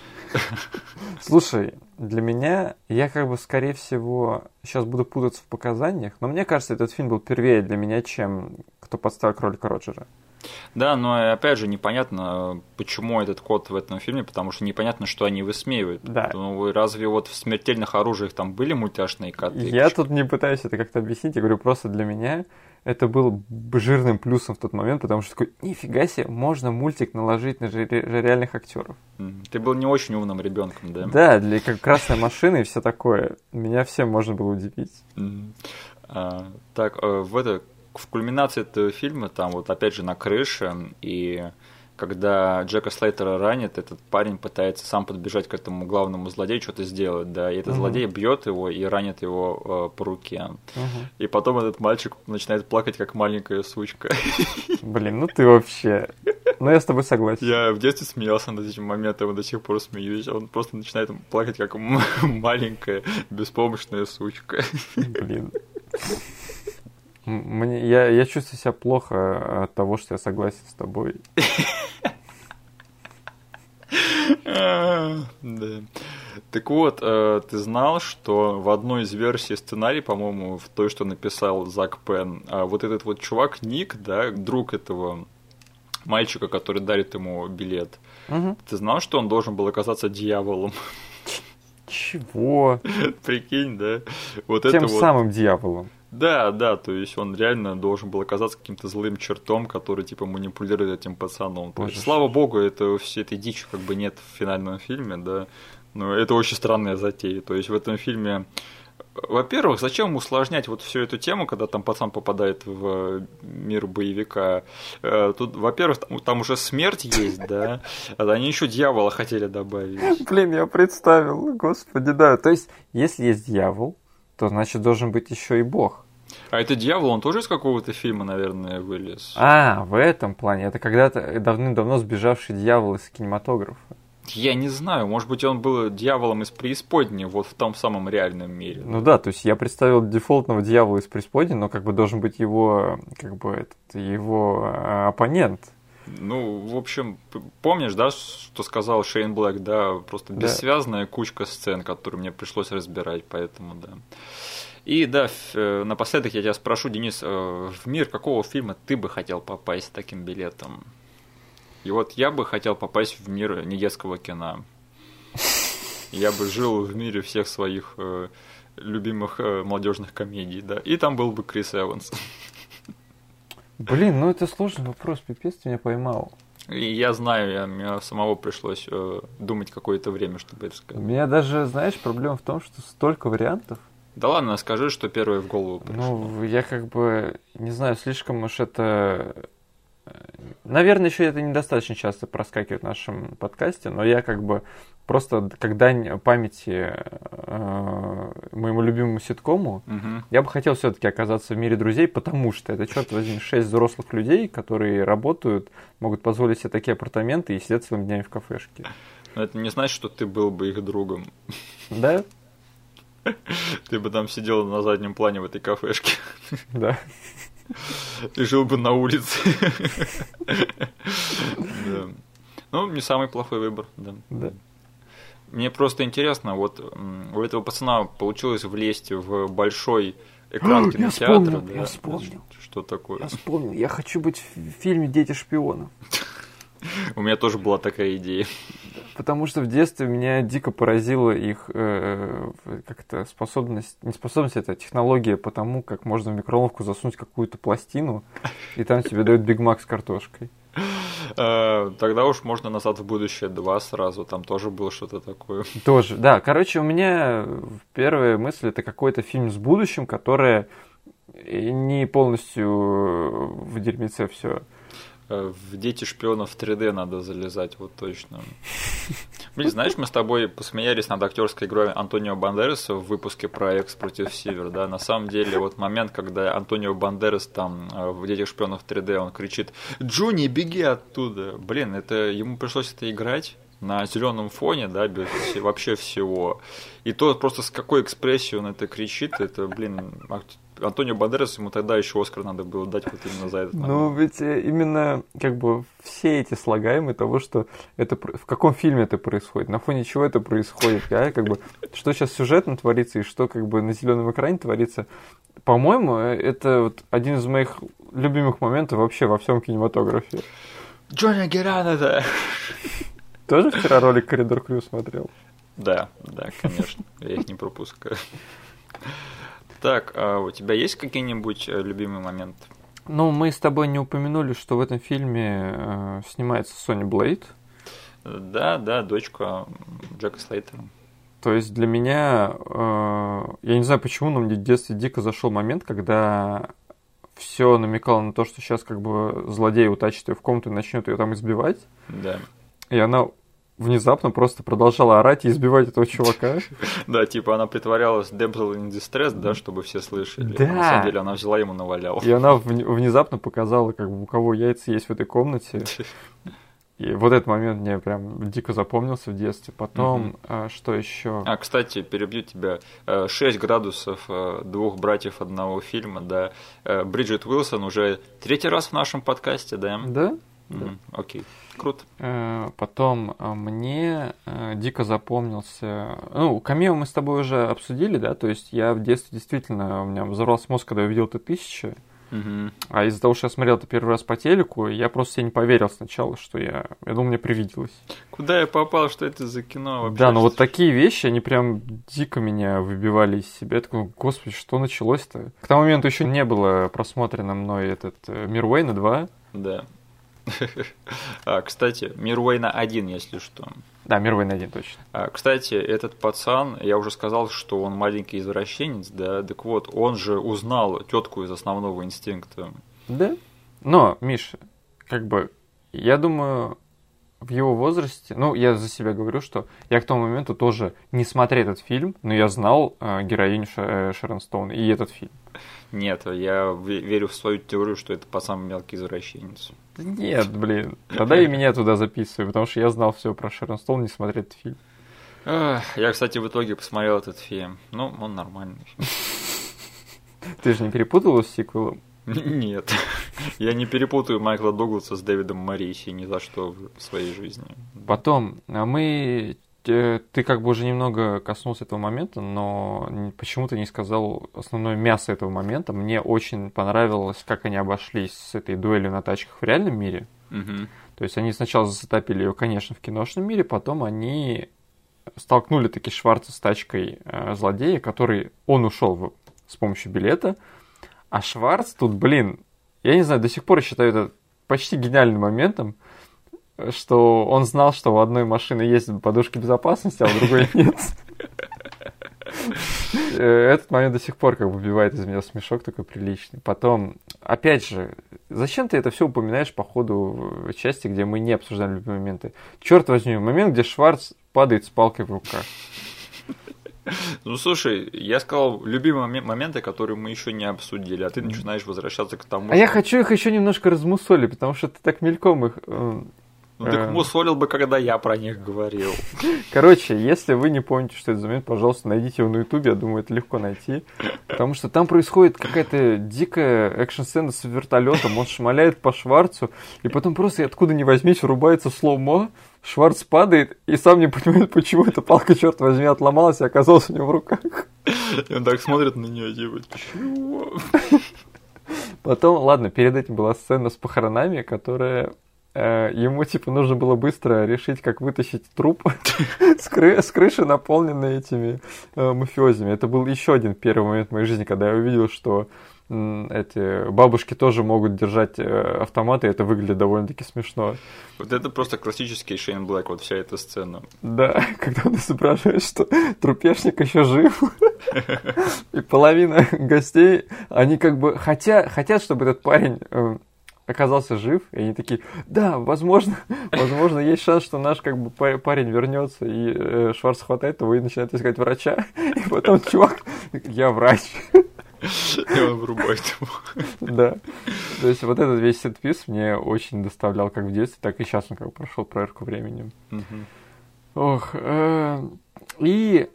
Слушай, для меня, я как бы, скорее всего, сейчас буду путаться в показаниях, но мне кажется, этот фильм был первее для меня, чем «Кто подставил кролика Роджера». Да, но опять же непонятно, почему этот кот в этом фильме, потому что непонятно, что они высмеивают. Да. Ну, разве вот в «Смертельных оружиях» там были мультяшные коты? Я тут не пытаюсь это как-то объяснить, я говорю, просто для меня это было жирным плюсом в тот момент, потому что такой, нифига себе, можно мультик наложить на же реальных актеров. Ты был не очень умным ребенком, да? Да, для как красной машины и все такое. Меня всем можно было удивить. Mm. А, так, в это... В кульминации этого фильма, там вот опять же на крыше, и когда Джека Слейтера ранит, этот парень пытается сам подбежать к этому главному злодею, что-то сделать, да, и этот uh-huh. злодей бьет его и ранит его э, по руке. Uh-huh. И потом этот мальчик начинает плакать, как маленькая сучка. Блин, ну ты вообще... Ну я с тобой согласен. Я в детстве смеялся над этим моментом, и до сих пор смеюсь. Он просто начинает плакать, как маленькая беспомощная сучка. Блин. Мне, я, я чувствую себя плохо от того, что я согласен с тобой. Да. Так вот, ты знал, что в одной из версий сценария, по-моему, в той, что написал Зак Пен, вот этот вот чувак Ник, да, друг этого мальчика, который дарит ему билет, угу. Ты знал, что он должен был оказаться дьяволом? Чего? Прикинь, да? Вот Тем это самым вот... дьяволом. Да, да, то есть он реально должен был оказаться каким-то злым чертом, который типа манипулирует этим пацаном. То есть, слава богу, это, всей этой дичи как бы нет в финальном фильме, да. Но это очень странная затея. То есть в этом фильме, во-первых, зачем усложнять вот всю эту тему, когда там пацан попадает в мир боевика? Тут, во-первых, там, там уже смерть есть, да. А они еще дьявола хотели добавить. Блин, я представил, господи, да. То есть, если есть дьявол, то значит должен быть еще и бог. А это дьявол, он тоже из какого-то фильма, наверное, вылез? А, в этом плане. Это когда-то давным-давно сбежавший дьявол из кинематографа. Я не знаю, может быть, он был дьяволом из преисподней, вот в том самом реальном мире. Ну да, то есть я представил дефолтного дьявола из преисподней, но как бы должен быть его, как бы, этот, его оппонент. Ну, в общем, помнишь, да, что сказал Шейн Блэк, да, просто да. Бессвязная кучка сцен, которые мне пришлось разбирать, поэтому, да. И, да, напоследок я тебя спрошу, Денис, в мир какого фильма ты бы хотел попасть с таким билетом? И вот я бы хотел попасть в мир недетского кино. Я бы жил в мире всех своих э, любимых э, молодежных комедий, да, и там был бы Крис Эванс. Блин, ну это сложный вопрос, пипец, ты меня поймал. И я знаю, я, мне самого пришлось э, думать какое-то время, чтобы это сказать. У меня даже, знаешь, проблема в том, что столько вариантов. Да ладно, скажи, что первое в голову пришло. Ну, я как бы, не знаю, слишком уж это наверное, еще это недостаточно часто проскакивает в нашем подкасте, но я как бы просто, как дань памяти э, моему любимому ситкому, угу. я бы хотел все-таки оказаться в мире друзей, потому что это, черт возьми, шесть взрослых людей, которые работают, могут позволить себе такие апартаменты и сидят целыми днями в кафешке. Но это не значит, что ты был бы их другом. Да? Ты бы там сидел на заднем плане в этой кафешке. Да. И жил бы на улице. Да. Ну, не самый плохой выбор. Да. Да. Мне просто интересно, вот у этого пацана получилось влезть в большой экран кинотеатра. Я вспомнил, да? я вспомнил. Что такое? Я вспомнил. Я хочу быть в фильме «Дети шпионов». У меня тоже была такая идея. Потому что в детстве меня дико поразила их э, как-то способность, не способность, это технология по тому, как можно в микроволновку засунуть какую-то пластину, и там тебе дают Биг Мак с картошкой. Тогда уж можно «Назад в будущее два» сразу, там тоже было что-то такое. Тоже, да. Короче, у меня первая мысль — это какой-то фильм с будущим, который не полностью в дерьмеце все. В «Дети шпионов» в три дэ надо залезать, вот точно. Блин, знаешь, мы с тобой посмеялись над актерской игрой Антонио Бандераса в выпуске про «Экс против Сивер», да, на самом деле, вот момент, когда Антонио Бандерас там в «Детях шпионов» в три дэ, он кричит: «Джонни, беги оттуда!» Блин, это ему пришлось это играть на зеленом фоне, да, без вообще всего. И то просто с какой экспрессией он это кричит, это, блин, Антонио Бандерас, ему тогда еще Оскар надо было дать вот именно за это. Ну, ведь именно как бы все эти слагаемые того, что это в каком фильме это происходит, на фоне чего это происходит, а? Как бы, что сейчас сюжетно творится и что как бы на зеленом экране творится. По-моему, это вот один из моих любимых моментов вообще во всем кинематографе. Джонни Геранада! Тоже вчера ролик «Коридор Крю» смотрел? Да, да, конечно, я их не пропускаю. Так, а у тебя есть какие-нибудь любимые моменты? Ну, мы с тобой не упомянули, что в этом фильме э, снимается Сони Блейд. Да, да, дочка Джека Слейтера. То есть для меня, э, я не знаю почему, но мне в детстве дико зашел момент, когда все намекало на то, что сейчас как бы злодей утащит ее в комнату и начнет ее там избивать. Да. И она внезапно просто продолжала орать и избивать этого чувака. Да, типа она притворялась damsel in distress, да, чтобы все слышали. Да. На самом деле она взяла ему наваляла. И она внезапно показала, как бы у кого яйца есть в этой комнате. И вот этот момент мне прям дико запомнился в детстве. Потом, угу. а, что еще? А, кстати, перебью тебя. шесть градусов двух братьев одного фильма, да. Бриджит Уилсон уже третий раз в нашем подкасте, да? Да. Да. Окей, круто. Потом мне дико запомнился... Ну, камео мы с тобой уже обсудили, да? То есть я в детстве действительно... У меня взорвался мозг, когда я увидел Т-тысяча. Угу. А из-за того, что я смотрел это первый раз по телеку, я просто себе не поверил сначала, что я... Я думал, мне привиделось. Куда я попал? Что это за кино вообще? Да, но вот такие вещи, они прям дико меня выбивали из себя. Я такой, господи, что началось-то? К тому моменту еще не было просмотрено мной этот «Мир Уэйна два». Да. А, кстати, «Мир Уэйна один», если что. Да, «Мир Уэйна один», точно. А, кстати, этот пацан, я уже сказал, что он маленький извращенец, да, так вот, он же узнал тетку из «Основного инстинкта». Да? Но, Миша, как бы, я думаю, в его возрасте, ну, я за себя говорю, что я к тому моменту тоже, не смотря этот фильм, но я знал э, героиню Ш- Шерон Стоун и этот фильм. Нет, я верю в свою теорию, что это пацан мелкий извращенец. Нет, блин. Тогда и меня туда записывай, потому что я знал все про Шерон Стоун, не смотря этот фильм. Я, кстати, в итоге посмотрел этот фильм. Ну, он нормальный. Ты же не перепутал его с сиквелом? Нет. Я не перепутаю Майкла Дугласа с Дэвидом Мориси ни за что в своей жизни. Потом, мы... Ты как бы уже немного коснулся этого момента, но почему-то не сказал основное мясо этого момента. Мне очень понравилось, как они обошлись с этой дуэлью на тачках в реальном мире. Угу. То есть они сначала засетапили ее, конечно, в киношном мире, потом они столкнули таки Шварца с тачкой э, злодея, который... Он ушел в... с помощью билета, а Шварц тут, блин, я не знаю, до сих пор считаю это почти гениальным моментом, что он знал, что у одной машины есть подушки безопасности, а у другой нет. этот момент до сих пор как бы выбивает из меня смешок такой приличный. Потом, опять же, зачем ты это все упоминаешь по ходу части, где мы не обсуждаем любые моменты? Черт возьми, момент, где Шварц падает с палкой в руках. Ну, слушай, я сказал любимые моменты, которые мы еще не обсудили, а ты начинаешь возвращаться к тому, А что... я хочу их еще немножко размусолить, потому что ты так мельком их... Ну, так мусолил бы, когда я про них говорил. Короче, если вы не помните, что это за момент, пожалуйста, найдите его на ютубе, я думаю, это легко найти. Потому что там происходит какая-то дикая экшн-сцена с вертолетом, он шмаляет по Шварцу, и потом просто откуда ни возьмись врубается слоумо, Шварц падает и сам не понимает, почему эта палка, черт возьми, отломалась и оказалась у него в руках. И он так смотрит на нее, типа, чего? Потом, ладно, перед этим была сцена с похоронами, которая... Ему, типа, нужно было быстро решить, как вытащить труп с, кры- с крыши, наполненной этими э, мафиозами. Это был еще один первый момент в моей жизни, когда я увидел, что м, эти бабушки тоже могут держать э, автоматы, и это выглядит довольно-таки смешно. Вот это просто классический Шейн Блэк, вот вся эта сцена. Да, когда он изображает, что трупешник еще жив, и половина гостей, они как бы хотят, хотят, чтобы этот парень... оказался жив, и они такие, да, возможно, возможно, есть шанс, что наш как бы парень вернется, и э, Шварц хватает его и начинает искать врача, и потом чувак, я врач. И он вырубает его. Да. То есть вот этот весь сетпис мне очень доставлял как в детстве, так и сейчас он как бы прошел проверку временем. Ох. И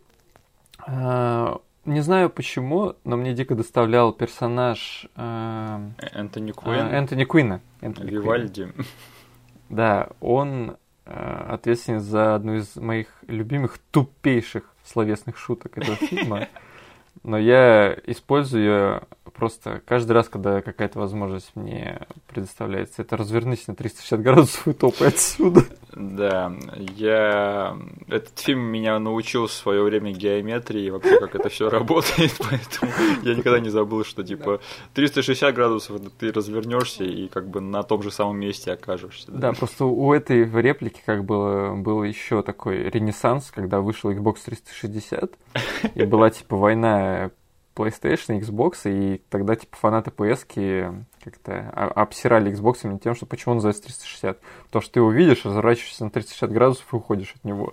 не знаю почему, но мне дико доставлял персонаж э, Энтони Куин. Э, Энтони Куина. Энтони Вивальди. Куина. Да, он э, ответственен за одну из моих любимых тупейших словесных шуток этого фильма. Но я использую ее просто каждый раз, когда какая-то возможность мне предоставляется. Это развернись на триста шестьдесят градусов и топай отсюда. Да, я... Этот фильм меня научил в свое время геометрии, и вообще, как это все работает, поэтому я никогда не забыл, что, типа, триста шестьдесят градусов ты развернешься и как бы на том же самом месте окажешься. Да, да просто у этой реплики как бы был еще такой ренессанс, когда вышел Xbox триста шестьдесят, и была, типа, война PlayStation, Xbox, и тогда, типа, фанаты пи эс-ки как-то обсирали Xbox тем, что почему он называется триста шестьдесят. Потому что ты его видишь, разворачиваешься на триста шестьдесят градусов и уходишь от него.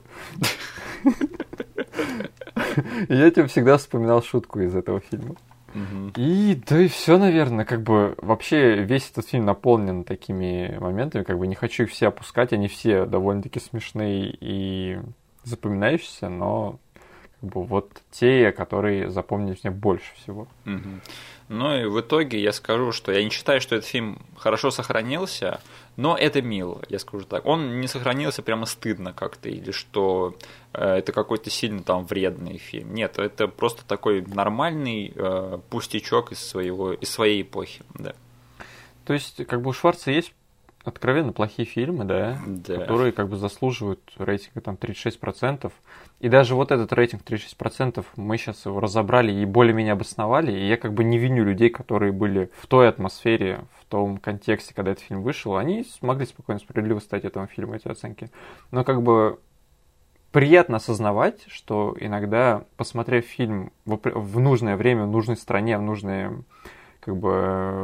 И я тебе всегда вспоминал шутку из этого фильма. И да и все, наверное, как бы вообще весь этот фильм наполнен такими моментами, как бы не хочу их все опускать, они все довольно-таки смешные и запоминающиеся, но как бы вот те, которые запомнились мне больше всего. Mm-hmm. Ну и в итоге я скажу, что я не считаю, что этот фильм хорошо сохранился, но это мило, я скажу так. Он не сохранился прямо стыдно как-то, или что э, это какой-то сильно там вредный фильм. Нет, это просто такой нормальный э, пустячок из, своего, из своей эпохи, да. То есть, как бы у Шварца есть откровенно плохие фильмы, да, да, которые как бы заслуживают рейтинга там тридцать шесть процентов. И даже вот этот рейтинг тридцать шесть процентов мы сейчас его разобрали и более-менее обосновали. И я как бы не виню людей, которые были в той атмосфере, в том контексте, когда этот фильм вышел. Они смогли спокойно, справедливо ставить этому фильму эти оценки. Но как бы приятно осознавать, что иногда, посмотрев фильм в, в нужное время, в нужной стране, в, нужное, как бы,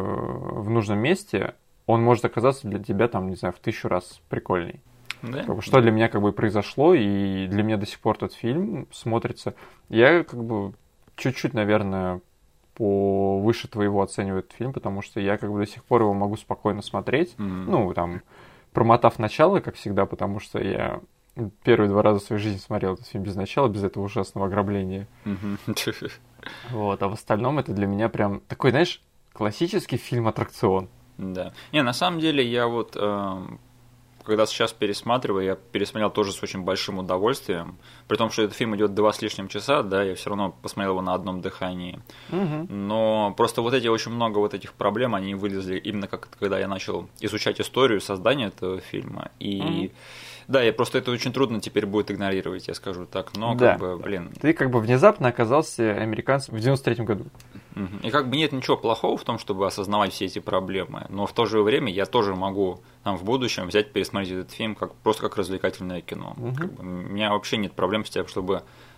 в нужном месте, он может оказаться для тебя, там, не знаю, в тысячу раз прикольней. Да? Как бы, что для меня как бы произошло, и для меня до сих пор этот фильм смотрится. Я как бы чуть-чуть, наверное, повыше твоего оцениваю этот фильм, потому что я как бы до сих пор его могу спокойно смотреть. Mm-hmm. Ну, там, промотав начало, как всегда, потому что я первые два раза в своей жизни смотрел этот фильм без начала, без этого ужасного ограбления. Mm-hmm. Вот, а в остальном это для меня прям такой, знаешь, классический фильм-аттракцион. Да. Не, на самом деле я вот, э, когда сейчас пересматриваю, я пересмотрел тоже с очень большим удовольствием. При том, что этот фильм идет два с лишним часа, да, я все равно посмотрел его на одном дыхании. Угу. Но просто вот эти очень много вот этих проблем, они вылезли именно как когда я начал изучать историю создания этого фильма. И угу. да, и просто это очень трудно теперь будет игнорировать, я скажу так. Но да. как бы, блин. Ты как бы внезапно оказался американцем в девяносто третьем году. И как бы нет ничего плохого в том, чтобы осознавать все эти проблемы, но в то же время я тоже могу там, в будущем взять, пересмотреть этот фильм как, просто как развлекательное кино. Угу. Как бы, у меня вообще нет проблем с тем, чтобы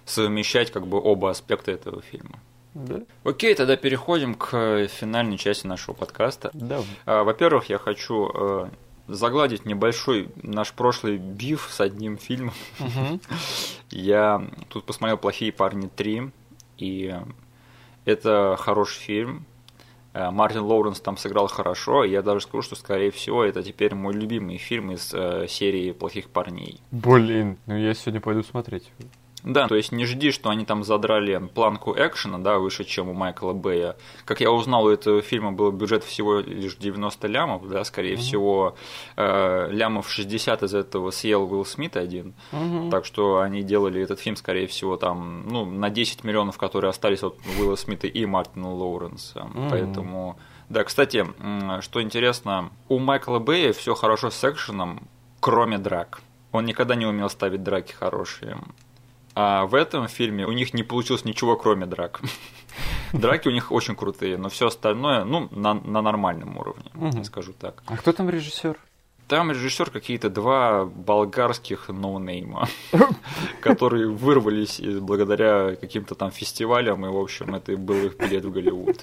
совмещать как бы оба аспекта этого фильма. Да. Окей, тогда переходим к финальной части нашего подкаста. Да. Во-первых, я хочу загладить небольшой наш прошлый биф с одним фильмом. Угу. Я тут посмотрел «Плохие парни три», и это хороший фильм. Мартин Лоуренс там сыграл хорошо, и я даже скажу, что, скорее всего, это теперь мой любимый фильм из э, серии «Плохих парней». Блин, ну я сегодня пойду смотреть. Да, то есть не жди, что они там задрали планку экшена, да, выше, чем у Майкла Бэя. Как я узнал, у этого фильма был бюджет всего лишь девяносто лямов, да, скорее mm-hmm. всего, э, лямов шестьдесят из этого съел Уилл Смит один. Mm-hmm. Так что они делали этот фильм, скорее всего, там, ну, на десять миллионов, которые остались от Уилла Смита и Мартина Лоуренса. Mm-hmm. Поэтому, да, кстати, что интересно, у Майкла Бэя все хорошо с экшеном, кроме драк. Он никогда не умел ставить драки хорошие. А в этом фильме у них не получилось ничего, кроме драк. Драки у них очень крутые, но все остальное, ну, на, на нормальном уровне, угу. скажу так. А кто там режиссер? Там режиссер какие-то два болгарских ноунейма, которые вырвались благодаря каким-то там фестивалям, и, в общем, это был их билет в Голливуд.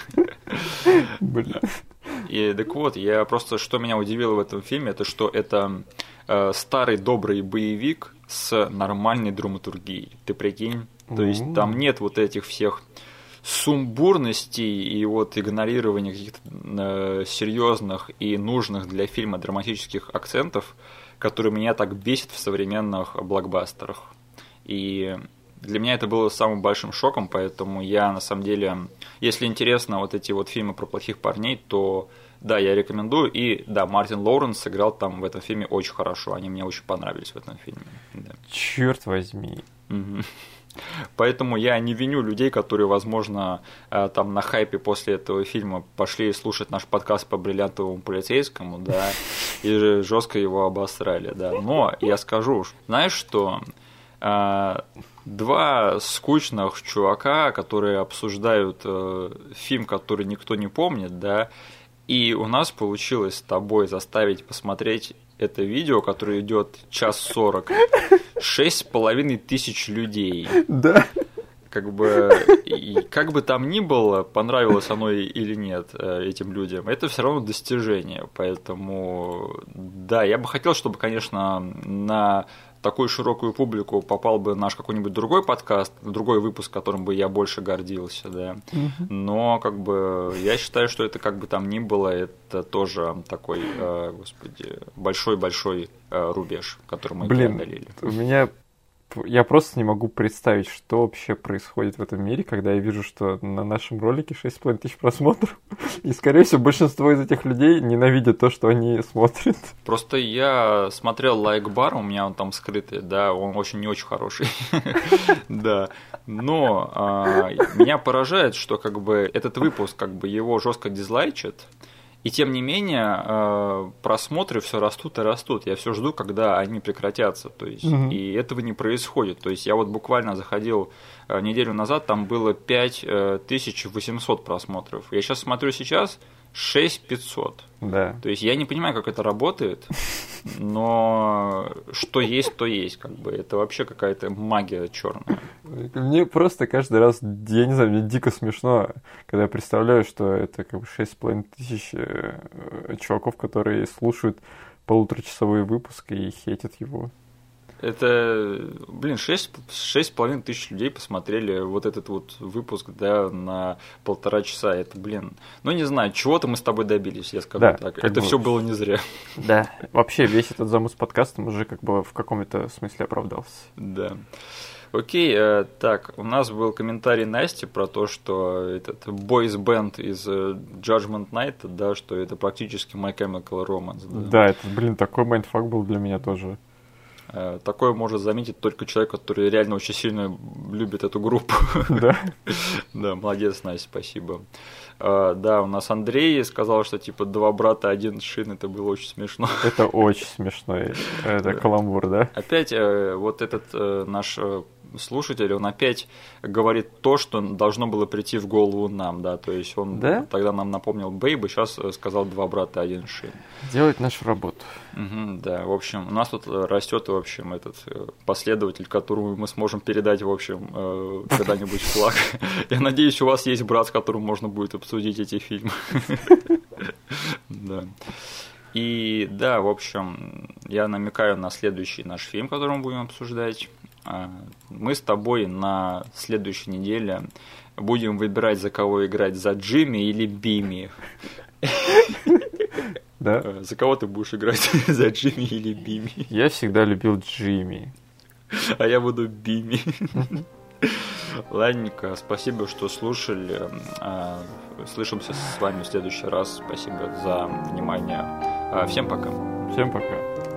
Блин. И так вот, я просто, что меня удивило в этом фильме, это что это э, старый добрый боевик с нормальной драматургией. Ты прикинь? То есть там нет вот этих всех сумбурностей и вот игнорирования каких-то э, серьезных и нужных для фильма драматических акцентов, которые меня так бесят в современных блокбастерах. И для меня это было самым большим шоком, поэтому я, на самом деле, если интересно вот эти вот фильмы про плохих парней, то да, я рекомендую. И да, Мартин Лоуренс сыграл там в этом фильме очень хорошо. Они мне очень понравились в этом фильме. Да. Черт возьми. Угу. Поэтому я не виню людей, которые, возможно, там на хайпе после этого фильма пошли слушать наш подкаст по бриллиантовому полицейскому, да, и жестко его обосрали, да. Но я скажу, знаешь что? Два скучных чувака, которые обсуждают э, фильм, который никто не помнит, да, и у нас получилось с тобой заставить посмотреть это видео, которое идет час сорок, шесть с половиной тысяч людей. Да. Как бы, и, как бы там ни было, понравилось оно или нет этим людям, это все равно достижение. Поэтому, да, я бы хотел, чтобы, конечно, на такую широкую публику попал бы наш какой-нибудь другой подкаст, другой выпуск, которым бы я больше гордился, да. Uh-huh. Но как бы я считаю, что это как бы там ни было, это тоже такой, э, господи, большой-большой э, рубеж, который мы Блин, преодолели. У меня я просто не могу представить, что вообще происходит в этом мире, когда я вижу, что на нашем ролике шесть с половиной тысяч просмотров, и, скорее всего, большинство из этих людей ненавидят то, что они смотрят. Просто я смотрел лайк-бар, у меня он там скрытый, да, он очень не очень хороший, да, но меня поражает, что как бы этот выпуск, как бы его жестко дизлайчат, и тем не менее просмотры все растут и растут. Я все жду, когда они прекратятся. То есть, угу. И этого не происходит. То есть я вот буквально заходил неделю назад, там было пять тысяч восемьсот просмотров. Я сейчас смотрю сейчас шесть тысяч пятьсот. Да. То есть я не понимаю, как это работает, но что есть, то есть. Как бы. Это вообще какая-то магия черная. Мне просто каждый раз, я не знаю, мне дико смешно, когда я представляю, что это как бы шесть с половиной тысяч чуваков, которые слушают полуторачасовой выпуск и хейтят его. Это, блин, шесть с половиной тысяч людей посмотрели вот этот вот выпуск, да, на полтора часа. Это, блин, ну не знаю, чего-то мы с тобой добились, я скажу да, так. Это бы... все было не зря. Да, вообще весь этот замыс с подкастом уже как бы в каком-то смысле оправдался. Да. Окей, э, так, у нас был комментарий Насти про то, что этот boys band из Judgment Night, да, что это практически My Chemical Romance. Да, да, это, блин, такой майндфак был для меня тоже. Такое может заметить только человек, который реально очень сильно любит эту группу. Да? Да, молодец, Настя, спасибо. Да, у нас Андрей сказал, что типа два брата, один шин, это было очень смешно. Это очень смешно, это каламбур, да? Опять вот этот наш слушатель, он опять говорит то, что должно было прийти в голову нам, да, то есть он да? тогда нам напомнил Бейба, сейчас сказал два брата, один Шин. Делать нашу работу. Угу, да, в общем, у нас тут растет, в общем, этот последователь, которому мы сможем передать, в общем, когда-нибудь флаг. Я надеюсь, у вас есть брат, с которым можно будет обсудить эти фильмы. Да. И да, в общем, я намекаю на следующий наш фильм, который мы будем обсуждать. Мы с тобой на следующей неделе будем выбирать, за кого играть, за Джимми или Бимми. Да? За кого ты будешь играть, за Джимми или Бимми? Я всегда любил Джимми. А я буду Бимми. Ладненько, спасибо, что слушали. Слышимся с вами в следующий раз. Спасибо за внимание. Всем пока. Всем пока.